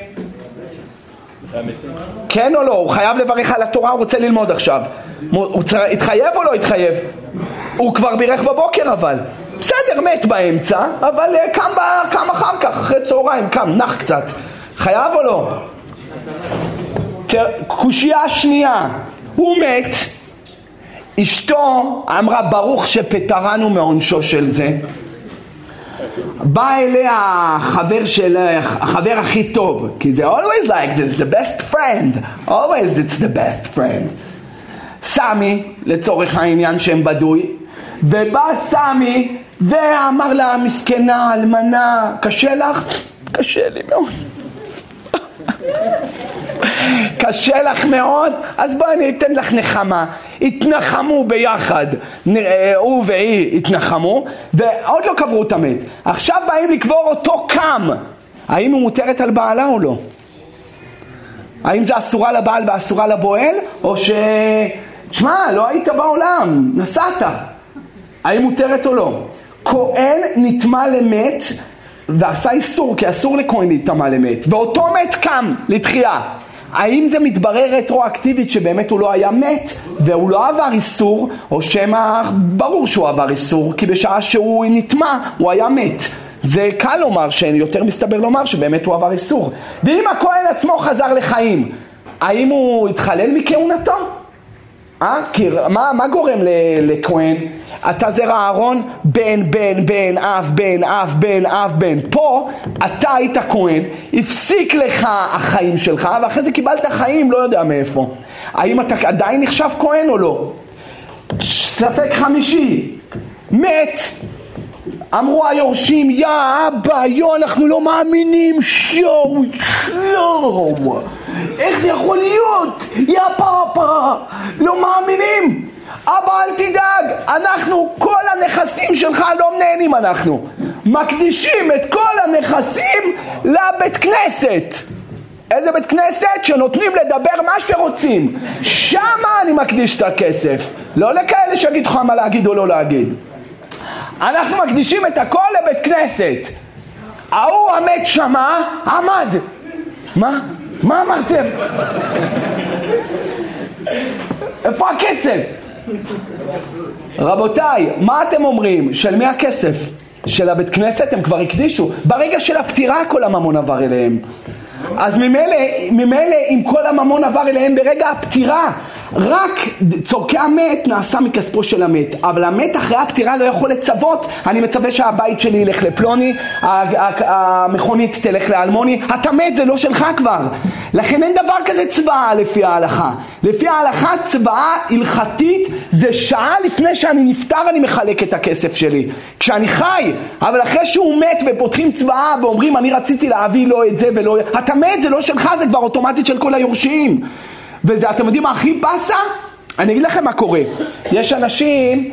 כן או לא? הוא חייב לברך על התורה, הוא רוצה ללמוד עכשיו. הוא התחייב או לא התחייב? הוא כבר בירך בבוקר אבל. בסדר, מת באמצע, אבל קם אחר כך, אחרי צהריים, קם, נח קצת. חייב או לא? קושייה שנייה, הוא מת, אשתו אמרה ברוך שפטרנו מעונשו של זה. בא אליה החבר הכי טוב, כי זה always like this, the best friend, always it's the best friend. סמי, לצורך העניין שם בדוי, ובא סמי ואמר לה, מסכנה, אלמנה, קשה לך? קשה לי מאוד. קשה לך מאוד? אז בואי אני אתן לך נחמה. התנחמו ביחד, הוא והיא התנחמו, ועוד לא קברו את המת. עכשיו באים לקבור אותו קם. האם הוא מותרת על בעלה או לא? האם זה אסורה לבעל ואסורה לבועל? או שמע, לא היית בעולם, נסעת. האם מותרת או לא? כהן נטמא למת ועשה איסור, כי אסור לכהן נטמא למת, ואותו מת קם לתחייה. האם זה מתברר רטרואקטיבית שבאמת הוא לא היה מת והוא לא עבר איסור, או שמה ברור שהוא עבר איסור כי בשעה שהוא נטמא הוא היה מת? זה קל לומר, שיותר מסתבר לומר שבאמת הוא עבר איסור. ואם הכהן עצמו חזר לחיים, האם הוא התחלל מכהונתו? כי מה גורם לכהן? אתה זרע אהרון, בן, אב, בן. פה אתה היית כהן, הפסיק לך החיים שלך, ואחרי זה קיבלת חיים, לא יודע מאיפה. האם אתה עדיין נחשב כהן או לא? ספק חמישי, מת. אמרו היורשים, יא אבא, אנחנו לא מאמינים, איך זה יכול להיות? יא פרה, לא מאמינים. אבא אל תדאג, אנחנו כל הנכסים שלך לא נהנים, אנחנו מקדישים את כל הנכסים לבית כנסת. איזה בית כנסת? שנותנים לדבר מה שרוצים, שמה אני מקדיש את הכסף, לא לכאלה שיגיד לך מה להגיד או לא להגיד. אנחנו מקדישים את הכל לבית כנסת. ההוא המת שמע, עמד. מה? מה אמרתם? איפה הכסף? רבותיי, מה אתם אומרים? של מי הכסף? של הבית כנסת הם כבר הקדישו. ברגע של הפטירה כל הממון עבר אליהם. אז ממילא אם כל הממון עבר אליהם ברגע הפטירה, רק צורכי המת נעשה מכספו של המת, אבל המת אחרי הפטירה לא יכול לצוות, אני מצווה שהבית שלי ילך לפלוני, המכונית תלך לאלמוני, אתה מת, זה לא שלך כבר. לכן אין דבר כזה צבאה לפי ההלכה. לפי ההלכה צבאה הלכתית זה שעה לפני שאני נפטר אני מחלק את הכסף שלי, כשאני חי. אבל אחרי שהוא מת ופותחים צבאה ואומרים אני רציתי להביא לו את זה ולא, אתה מת, זה לא שלך, זה כבר אוטומטית של כל היורשים. וזה, אתם יודעים מה הכי בסה? אני אגיד לכם מה קורה. יש אנשים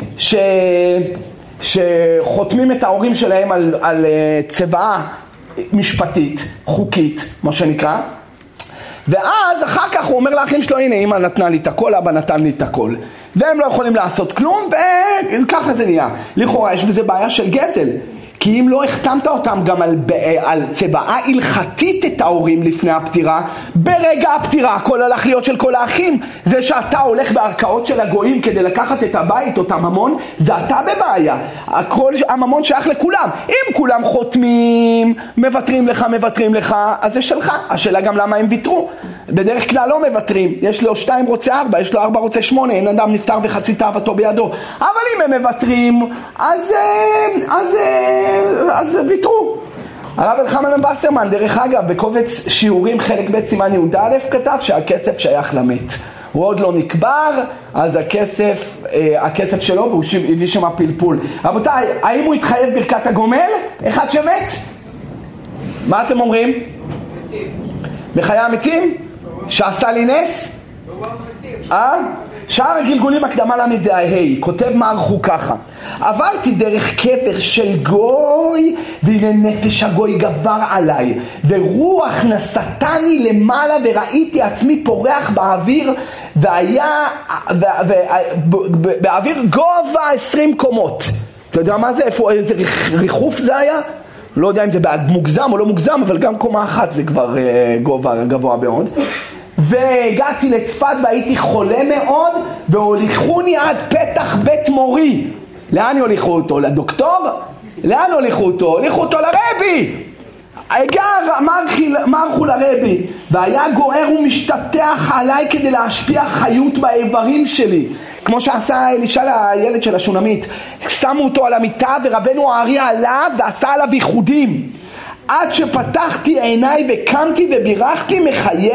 שחותמים את ההורים שלהם על צבאה משפטית, חוקית, מה שנקרא. ואז אחר כך הוא אומר לאחים שלו, הנה אמא נתנה לי את הכל, אבא נתן לי את הכל. והם לא יכולים לעשות כלום, וככה זה נהיה. לכאורה יש בזה בעיה של גזל. כי אם לא החתמת אותם גם על צבאה הלכתית את ההורים לפני הפטירה, ברגע הפטירה הכל הלך להיות של כל האחים. זה שאתה הולך בערכאות של הגויים כדי לקחת את הבית או את הממון, זה אתה בבעיה. הכל הממון שייך לכולם. אם כולם חותמים, מוותרים לך, אז זה שלך. השאלה גם למה הם ויתרו. בדרך כלל לא מוותרים. יש לו 2 רוצה 4, יש לו 4 רוצה 8, אין אדם נפטר וחצי תאוותו בידו. אבל אם הם מוותרים, אז ויתרו. הרב אלחנן וסרמן, דרך אגב, בקובץ שיעורים חלק ב' סימן יהודה א' כתב שהכסף שייך למת. הוא עוד לא נקבר, אז הכסף שלו, והוא הביא שם פלפול. רבותיי, האם הוא התחייב ברכת הגומל? אחד שמת? מה אתם אומרים? בחיי המתים? שעשה לי נס? שער הגלגולים הקדמה למדעה, כותב מערכו ככה: עברתי דרך קבר של גוי, והנה נפש הגוי גבר עליי, ורוח נסתני למעלה, וראיתי עצמי פורח באוויר, והיה באוויר גובה 20 קומות. אתה יודע מה זה? איזה ריחוף זה היה? לא יודע אם זה מוגזם או לא מוגזם, אבל גם קומה אחת זה כבר גבוה מאוד. והגעתי לצפת והייתי חולה מאוד, והוליכוני עד פתח בית מורי. לאן הוליכו אותו? לדוקטור? לאן הוליכו אותו? הוליכו אותו לרבי. מרחו לרבי, והיה גוער ומשתתח עליי כדי להשפיע חיות באיברים שלי, כמו שעשה אלישע לילד של השונמית. שמו אותו על המיטה ורבנו הארי עליו ועשה עליו ייחודים, עד שפתחתי עיניי וקמתי ובירכתי מחיי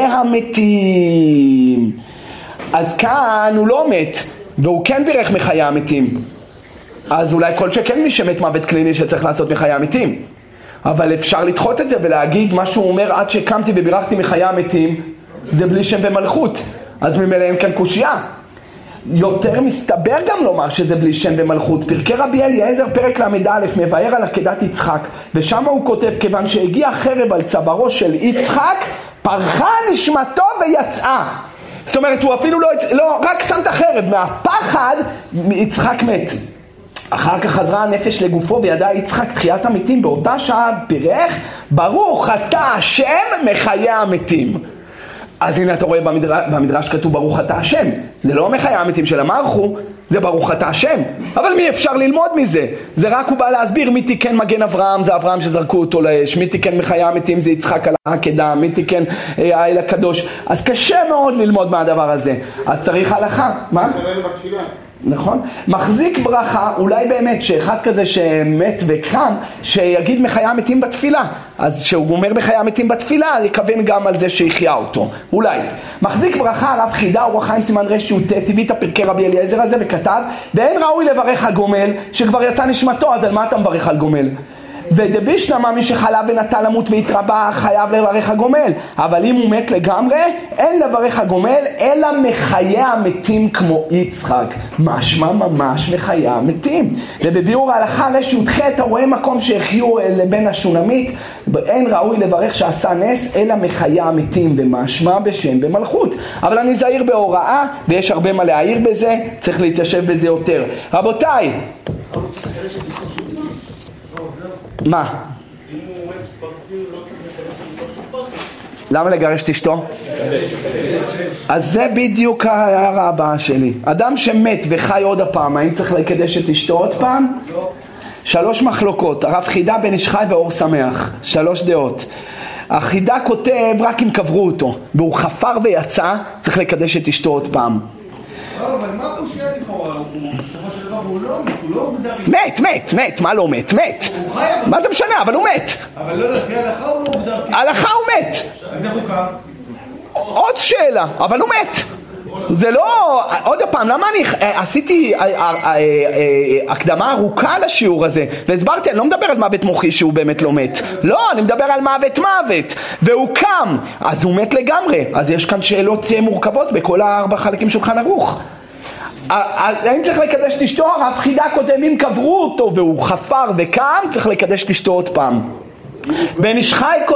המתים. אז כאן הוא לא מת, והוא כן בירך מחיי המתים. אז אולי כל שכן מי שמת מוות קליני שצריך לעשות מחיי המתים. אבל אפשר לדחות את זה ולהגיד מה שהוא אומר עד שקמתי ובירכתי מחיי המתים, זה בלי שם במלכות. אז ממילא אין כאן קושיה. יותר מסתבר גם לומר שזה בלי שם במלכות. פרקי רבי אליעזר פרק למד א' מבאר על עקדת יצחק, ושם הוא כותב: כיוון שהגיע חרב על צווארו של יצחק, פרחה נשמתו ויצאה. זאת אומרת, הוא אפילו לא רק שם את החרב, מהפחד יצחק מת. אחר כך חזרה הנפש לגופו וידע יצחק תחיית המתים. באותה שעה בירך: ברוך אתה השם מחיי המתים. אז הנה אתה רואה במדרש כתוב ברוך אתה השם, זה לא מחיי המתים של המרחו, זה ברוך אתה השם. אבל מי אפשר ללמוד מזה? זה רק הוא בא להסביר מי תיקן מגן אברהם, זה אברהם שזרקו אותו לאש, מי תיקן מחיי המתים, זה יצחק על העקדה, מי תיקן האל הקדוש. אז קשה מאוד ללמוד מהדבר הזה, אז צריך הלכה. מה? נכון? מחזיק ברכה, אולי באמת שאחד כזה שמת וקם, שיגיד מחיי המתים בתפילה. אז שהוא אומר מחיי המתים בתפילה, יכוון גם על זה שיחיה אותו. אולי. מחזיק ברכה עליו חידה אור החיים סימן רשות, תביא את הפרקי רבי אליעזר הזה וכתב: ואין ראוי לברך הגומל שכבר יצא נשמתו. אז על מה אתה מברך על גומל? ודבישנמה מי שחלה ונטה למות והתרבה חייב לברך הגומל, אבל אם הוא מת לגמרי אין לברך הגומל אלא מחיי המתים כמו יצחק, משמע ממש מחיי המתים. ובביאור ההלכה ר"ח אתה רואה מקום שהחיו לבן השונמית: אין ראוי לברך שעשה נס אלא מחיי המתים, ומשמע בשם במלכות. אבל אני זהיר בהוראה ויש הרבה מה להעיר בזה, צריך להתיישב בזה יותר. רבותיי, מה? למה לגרש את אשתו? אז זה בדיוק ההערה הבאה שלי. אדם שמת וחי עוד הפעם, האם צריך לקדש את אשתו עוד פעם? 3 מחלוקות, הרב חידה, בן איש חי ואור שמח, 3 דעות. החידה כותב רק אם קברו אותו, והוא חפר ויצא, צריך לקדש את אשתו עוד פעם. אבל מה קושי לכאורה? בסופו של דבר הוא לא מוגדר... מת, מה לא מת? מת. מה זה משנה? אבל הוא מת. אבל לא לפי ההלכה הוא לא מוגדר... ההלכה הוא מת. אז איך הוא קם? עוד שאלה, אבל הוא מת. זה לא... עוד פעם, למה אני עשיתי הקדמה ארוכה לשיעור הזה והסברתי, אני לא מדבר על מוות מוחי שהוא באמת לא מת, לא, אני מדבר על מוות והוא קם, אז הוא מת לגמרי. אז יש כאן שאלות מורכבות בכל 4 חלקים שולחן ערוך. האם צריך לקדש את אשתו? הרב חידה כותב אם קברו אותו והוא חפר וקם, צריך לקדש את אשתו עוד פעם. בן איש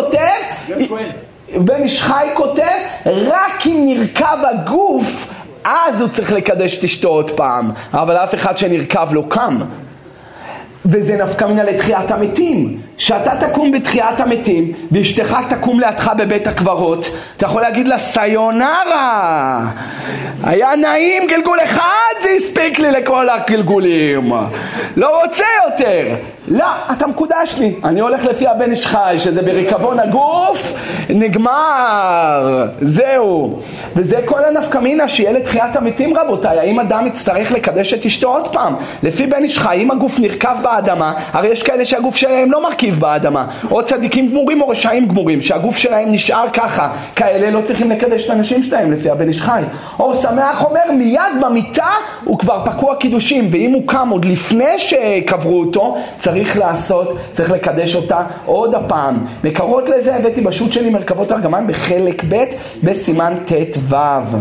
חי כותב רק אם נרכב הגוף אז הוא צריך לקדש את אשתו עוד פעם, אבל אף אחד שנרכב לא קם. וזה נפקא מינה לתחיית המתים, שאתה תקום בתחיית המתים ואשתך תקום לידך בבית הקברות, אתה יכול להגיד לה סיונרה, היה נעים גלגול אחד, זה הספיק לי לכל הגלגולים, לא רוצה יותר. לא, אתה מקודש לי, אני הולך לפי הבן איש חי, שזה בריקבון הגוף נגמר, זהו. וזה כל הנפקא מינה שיהיה לתחיית המתים. רבותיי, האם אדם יצטרך לקדש את אשתו עוד פעם? לפי בן איש חי, אם הגוף נרכב באדמה, הרי יש כאלה שהגוף שלהם לא מרכיב באדמה, או צדיקים גמורים או רשעים גמורים, שהגוף שלהם נשאר ככה, כאלה לא צריכים לקדש את האנשים שלהם לפי הבן איש חי. אור שמח אומר מיד במיטה הוא כבר פקוע קידושים, ואם הוא קם עוד לפני שקברו אותו, צריך לקדש אותה עוד הפעם. מקורות לזה הבאתי בשו"ת שלי מרכבות ארגמן בחלק ב' בסימן ט"ו.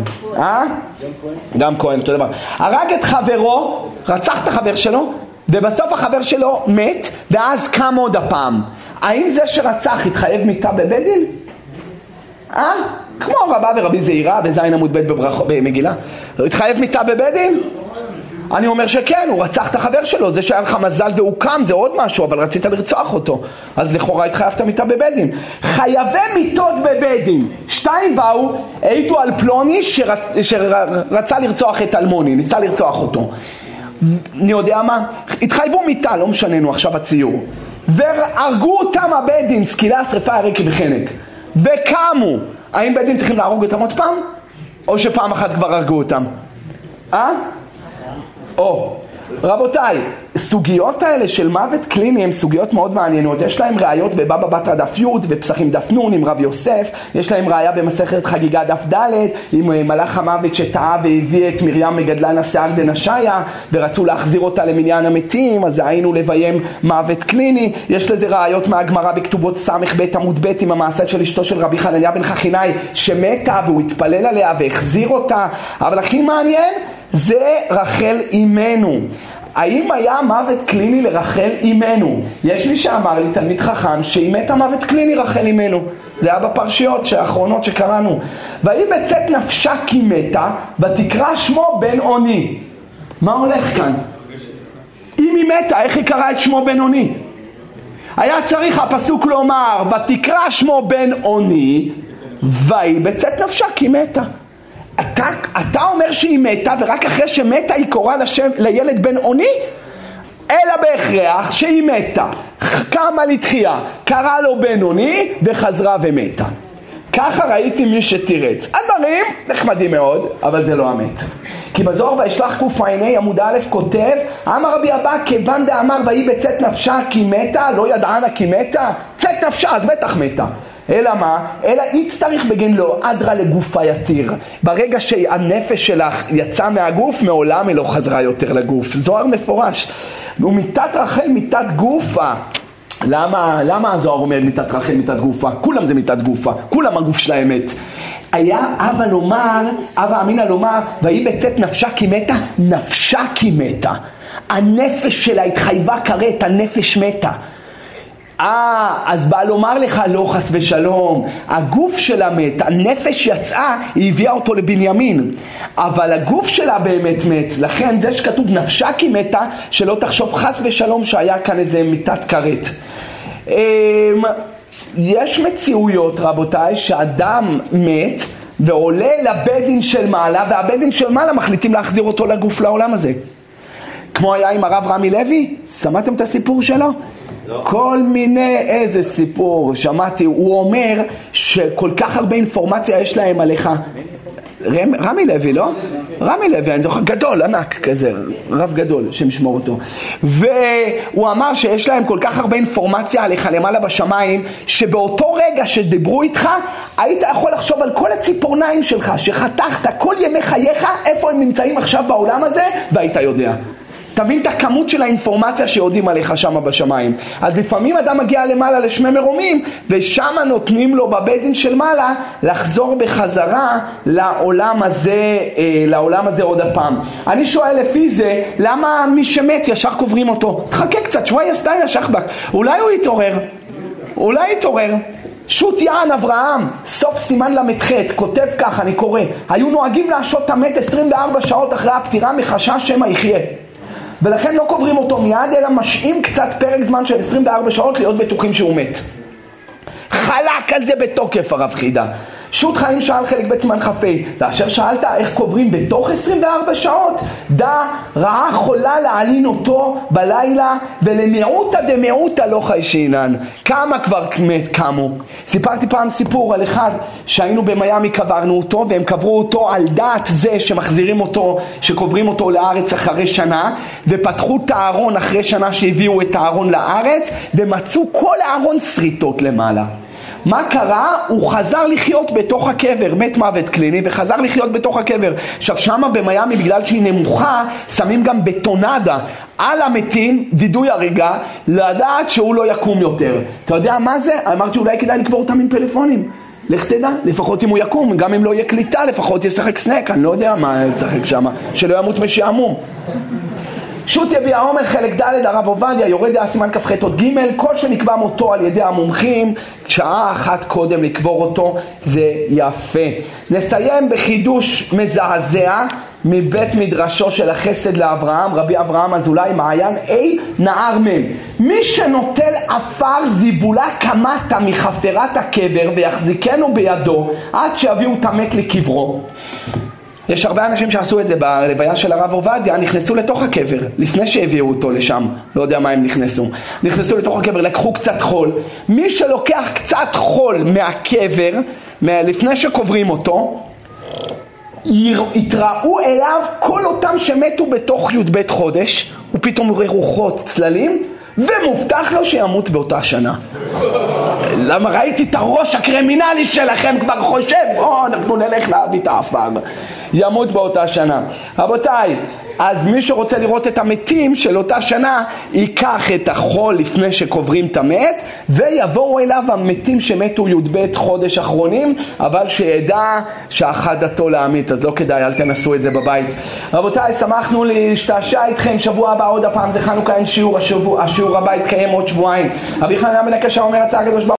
גם כהן, אותו דבר. הרג את חברו, רצח את החבר שלו, ובסוף החבר שלו מת, ואז קם עוד הפעם. האם זה שרצח התחייב מיתה בבית דין? כמו רבה ורבי זעירה בזין עמוד ב' במגילה. התחייב מיתה בבית דין? אני אומר שכן, הוא רצח את החבר שלו, זה שהיה לך מזל והוא קם, זה עוד משהו, אבל רצית לרצוח אותו, אז לכאורה התחייבת מיתה בבית דין. חייבי מיתות בבית דין, 2 באו, העידו על פלוני שרצה לרצוח את אלמוני, ניסה לרצוח אותו. אני יודע מה? התחייבו מיתה, לא משננו עכשיו הציור, והרגו אותם הבית דין, סקילה, שריפה, יריקי וחנק, וקמו. האם בית דין צריכים להרוג אותם עוד פעם? או שפעם אחת כבר הרגו אותם? רבותיי, סוגיות האלה של מוות קליני הן סוגיות מאוד מעניינות. יש להם ראיות בבבא בתרא דף י' ופסחים דף נ' עם רב יוסף, יש להם ראיה במסכת חגיגה דף ד' עם מלאך המוות שטעה והביא את מרים מגדלן השיער דנשיה ורצו להחזיר אותה למניין המתים, אז היינו לביים מוות קליני. יש לזה ראיות מהגמרא בכתובות סמך ב' עמוד ב' עם המעשה של אשתו של רבי חנניה בן חכינאי שמתה והוא התפלל עליה והחזיר אותה. אבל הכי מעניין זה רחל אימנו. האם היה מוות קליני לרחל אימנו? יש מי שאמר לי, תלמיד חכם, שהיא מתה מוות קליני רחל אימנו. זה היה בפרשיות האחרונות שקראנו. והיא בצאת נפשה כי מתה, ותקרא שמו בן אוני. מה הולך כאן? אם היא מתה, איך היא קראה את שמו בן אוני? היה צריך הפסוק לומר, ותקרא שמו בן אוני, והיא בצאת נפשה כי מתה. אתה אומר שהיא מתה ורק אחרי שמתה היא קוראה לילד בן אוני? אלא בהכרח שהיא מתה, קמה לתחייה, קרא לו בן אוני וחזרה ומתה. ככה ראיתי מי שתירץ. הדברים נחמדים מאוד, אבל זה לא המת. כי בזוהר וישלח קע"ה עמוד א' כותב, אמר רבי אבא כיוון דאמר והיא בצאת נפשה כי מתה, לא ידענה כי מתה, צאת נפשה אז בטח מתה. אלא מה? אלא יצטריך בגין לא אדרה לגופה יתיר. ברגע שהנפש שלך יצא מהגוף, מעולם היא לא חזרה יותר לגוף. זוהר מפורש. ומיתת רחל מיתת גופה. למה הזוהר אומר מיתת רחל מיתת גופה? כולם זה מיתת גופה. כולם הגוף של האמת. היה אבא אמינא לומר, והיא בצאת נפשה כי מתה, נפשה כי מתה. הנפש שלה התחייבה כרת, הנפש מתה. אז בא לומר לך לא חס ושלום, הגוף שלה מת, הנפש יצאה, היא הביאה אותו לבנימין, אבל הגוף שלה באמת מת. לכן זה שכתוב נפשה כי מתה, שלא תחשוב חס ושלום שהיה כאן איזה מיתת כרת. יש מציאויות רבותיי שאדם מת ועולה לבית דין של מעלה, והבית דין של מעלה מחליטים להחזיר אותו לגוף לעולם הזה. כמו היה עם הרב רמי לוי, שמעתם את הסיפור שלו? לא. כל מיני, איזה סיפור, שמעתי, הוא אומר שכל כך הרבה אינפורמציה יש להם עליך. רמי לוי, לא? רמי לוי, אני זוכר, גדול, ענק כזה, רב גדול, שמשמור אותו. והוא אמר שיש להם כל כך הרבה אינפורמציה עליך למעלה בשמיים, שבאותו רגע שדיברו איתך, היית יכול לחשוב על כל הציפורניים שלך, שחתכת כל ימי חייך, איפה הם נמצאים עכשיו בעולם הזה, והיית יודע. תבין את הכמות של האינפורמציה שיודעים עליך שם בשמיים. אז לפעמים אדם מגיע למעלה לשמי מרומים, ושם נותנים לו בבית דין של מעלה לחזור בחזרה לעולם הזה עוד הפעם. אני שואל לפי זה, למה מי שמת ישר קוברים אותו? תחכה קצת, שוואי עשתה ישחבק, אולי הוא יתעורר, אולי יתעורר. שו"ת יען אברהם, סוף סימן למ"ח, כותב כך, אני קורא, היו נוהגים להשעות המת 24 שעות אחרי הפטירה מחשש שמא יחיה. ולכן לא קוברים אותו מיד, אלא משאים קצת פרק זמן של 24 שעות להיות בטוחים שהוא מת. חלק על זה בתוקף הרב חידה. שו"ת חיים שאל חלק ב' סימן כ"ה, ואשר שאלת איך קוברים בתוך 24 שעות, דע רעה חולה להעלין אותו בלילה, ולמיעוטה דמיעוטה לא חיישינן. כמה כבר קמו? סיפרתי פעם סיפור על אחד שהיינו במיימי, קברנו אותו, והם קברו אותו על דעת זה שמחזירים אותו, שקוברים אותו לארץ אחרי שנה, ופתחו את הארון אחרי שנה שהביאו את הארון לארץ, ומצאו כל הארון שריטות למעלה. מה קרה? הוא חזר לחיות בתוך הקבר, מת מוות קליני וחזר לחיות בתוך הקבר. עכשיו שמה במיימי, בגלל שהיא נמוכה, שמים גם בטונדה על המתים, וידוי הריגה, לדעת שהוא לא יקום יותר. אתה יודע מה זה? אמרתי אולי כדאי לקבור אותם עם פלאפונים. לך תדע, לפחות אם הוא יקום, גם אם לא יהיה קליטה, לפחות ישחק סנק, אני לא יודע מה ישחק שם, שלא ימות משעמום. שו"ת יביע עומר חלק ד' הרב עובדיה, יורד דעה סימן כ"ח עוד ג', כל שנקבע מותו על ידי המומחים, שעה אחת קודם לקבור אותו, זה יפה. נסיים בחידוש מזעזע מבית מדרשו של החסד לאברהם, רבי אברהם אזולאי, מעיין A נער מ'. מי שנוטל עפר זיבולה קמתה מחפרת הקבר ויחזיקנו בידו עד שיביאו את המת לקברו. יש הרבה אנשים שעשו את זה בלוויה של הרב עובדיה, נכנסו לתוך הקבר, לפני שהביאו אותו לשם, לא יודע מה הם נכנסו לתוך הקבר, לקחו קצת חול. מי שלוקח קצת חול מהקבר, לפני שקוברים אותו, יתראו אליו כל אותם שמתו בתוך י"ב חודש, ופתאום יראה רוחות, צללים, ומובטח לו שימות באותה שנה. למה ראיתי את הראש הקרימינלי שלכם כבר חושב, אנחנו נלך להביא את העפר. ימות באותה שנה. רבותיי, אז מי שרוצה לראות את המתים של אותה שנה, ייקח את החול לפני שקוברים את המת, ויבואו אליו המתים שמתו י"ב חודש אחרונים, אבל שידע שאחדתו להמית, אז לא כדאי, אל תנסו את זה בבית. רבותיי, שמחנו להשתעשע איתכם, שבוע הבא עוד הפעם זה חנוכה, אין שיעור, השיעור הבא יתקיים עוד שבועיים. רבי חנניה בן עקשיא אומר, הצעה הקדוש ברוך הוא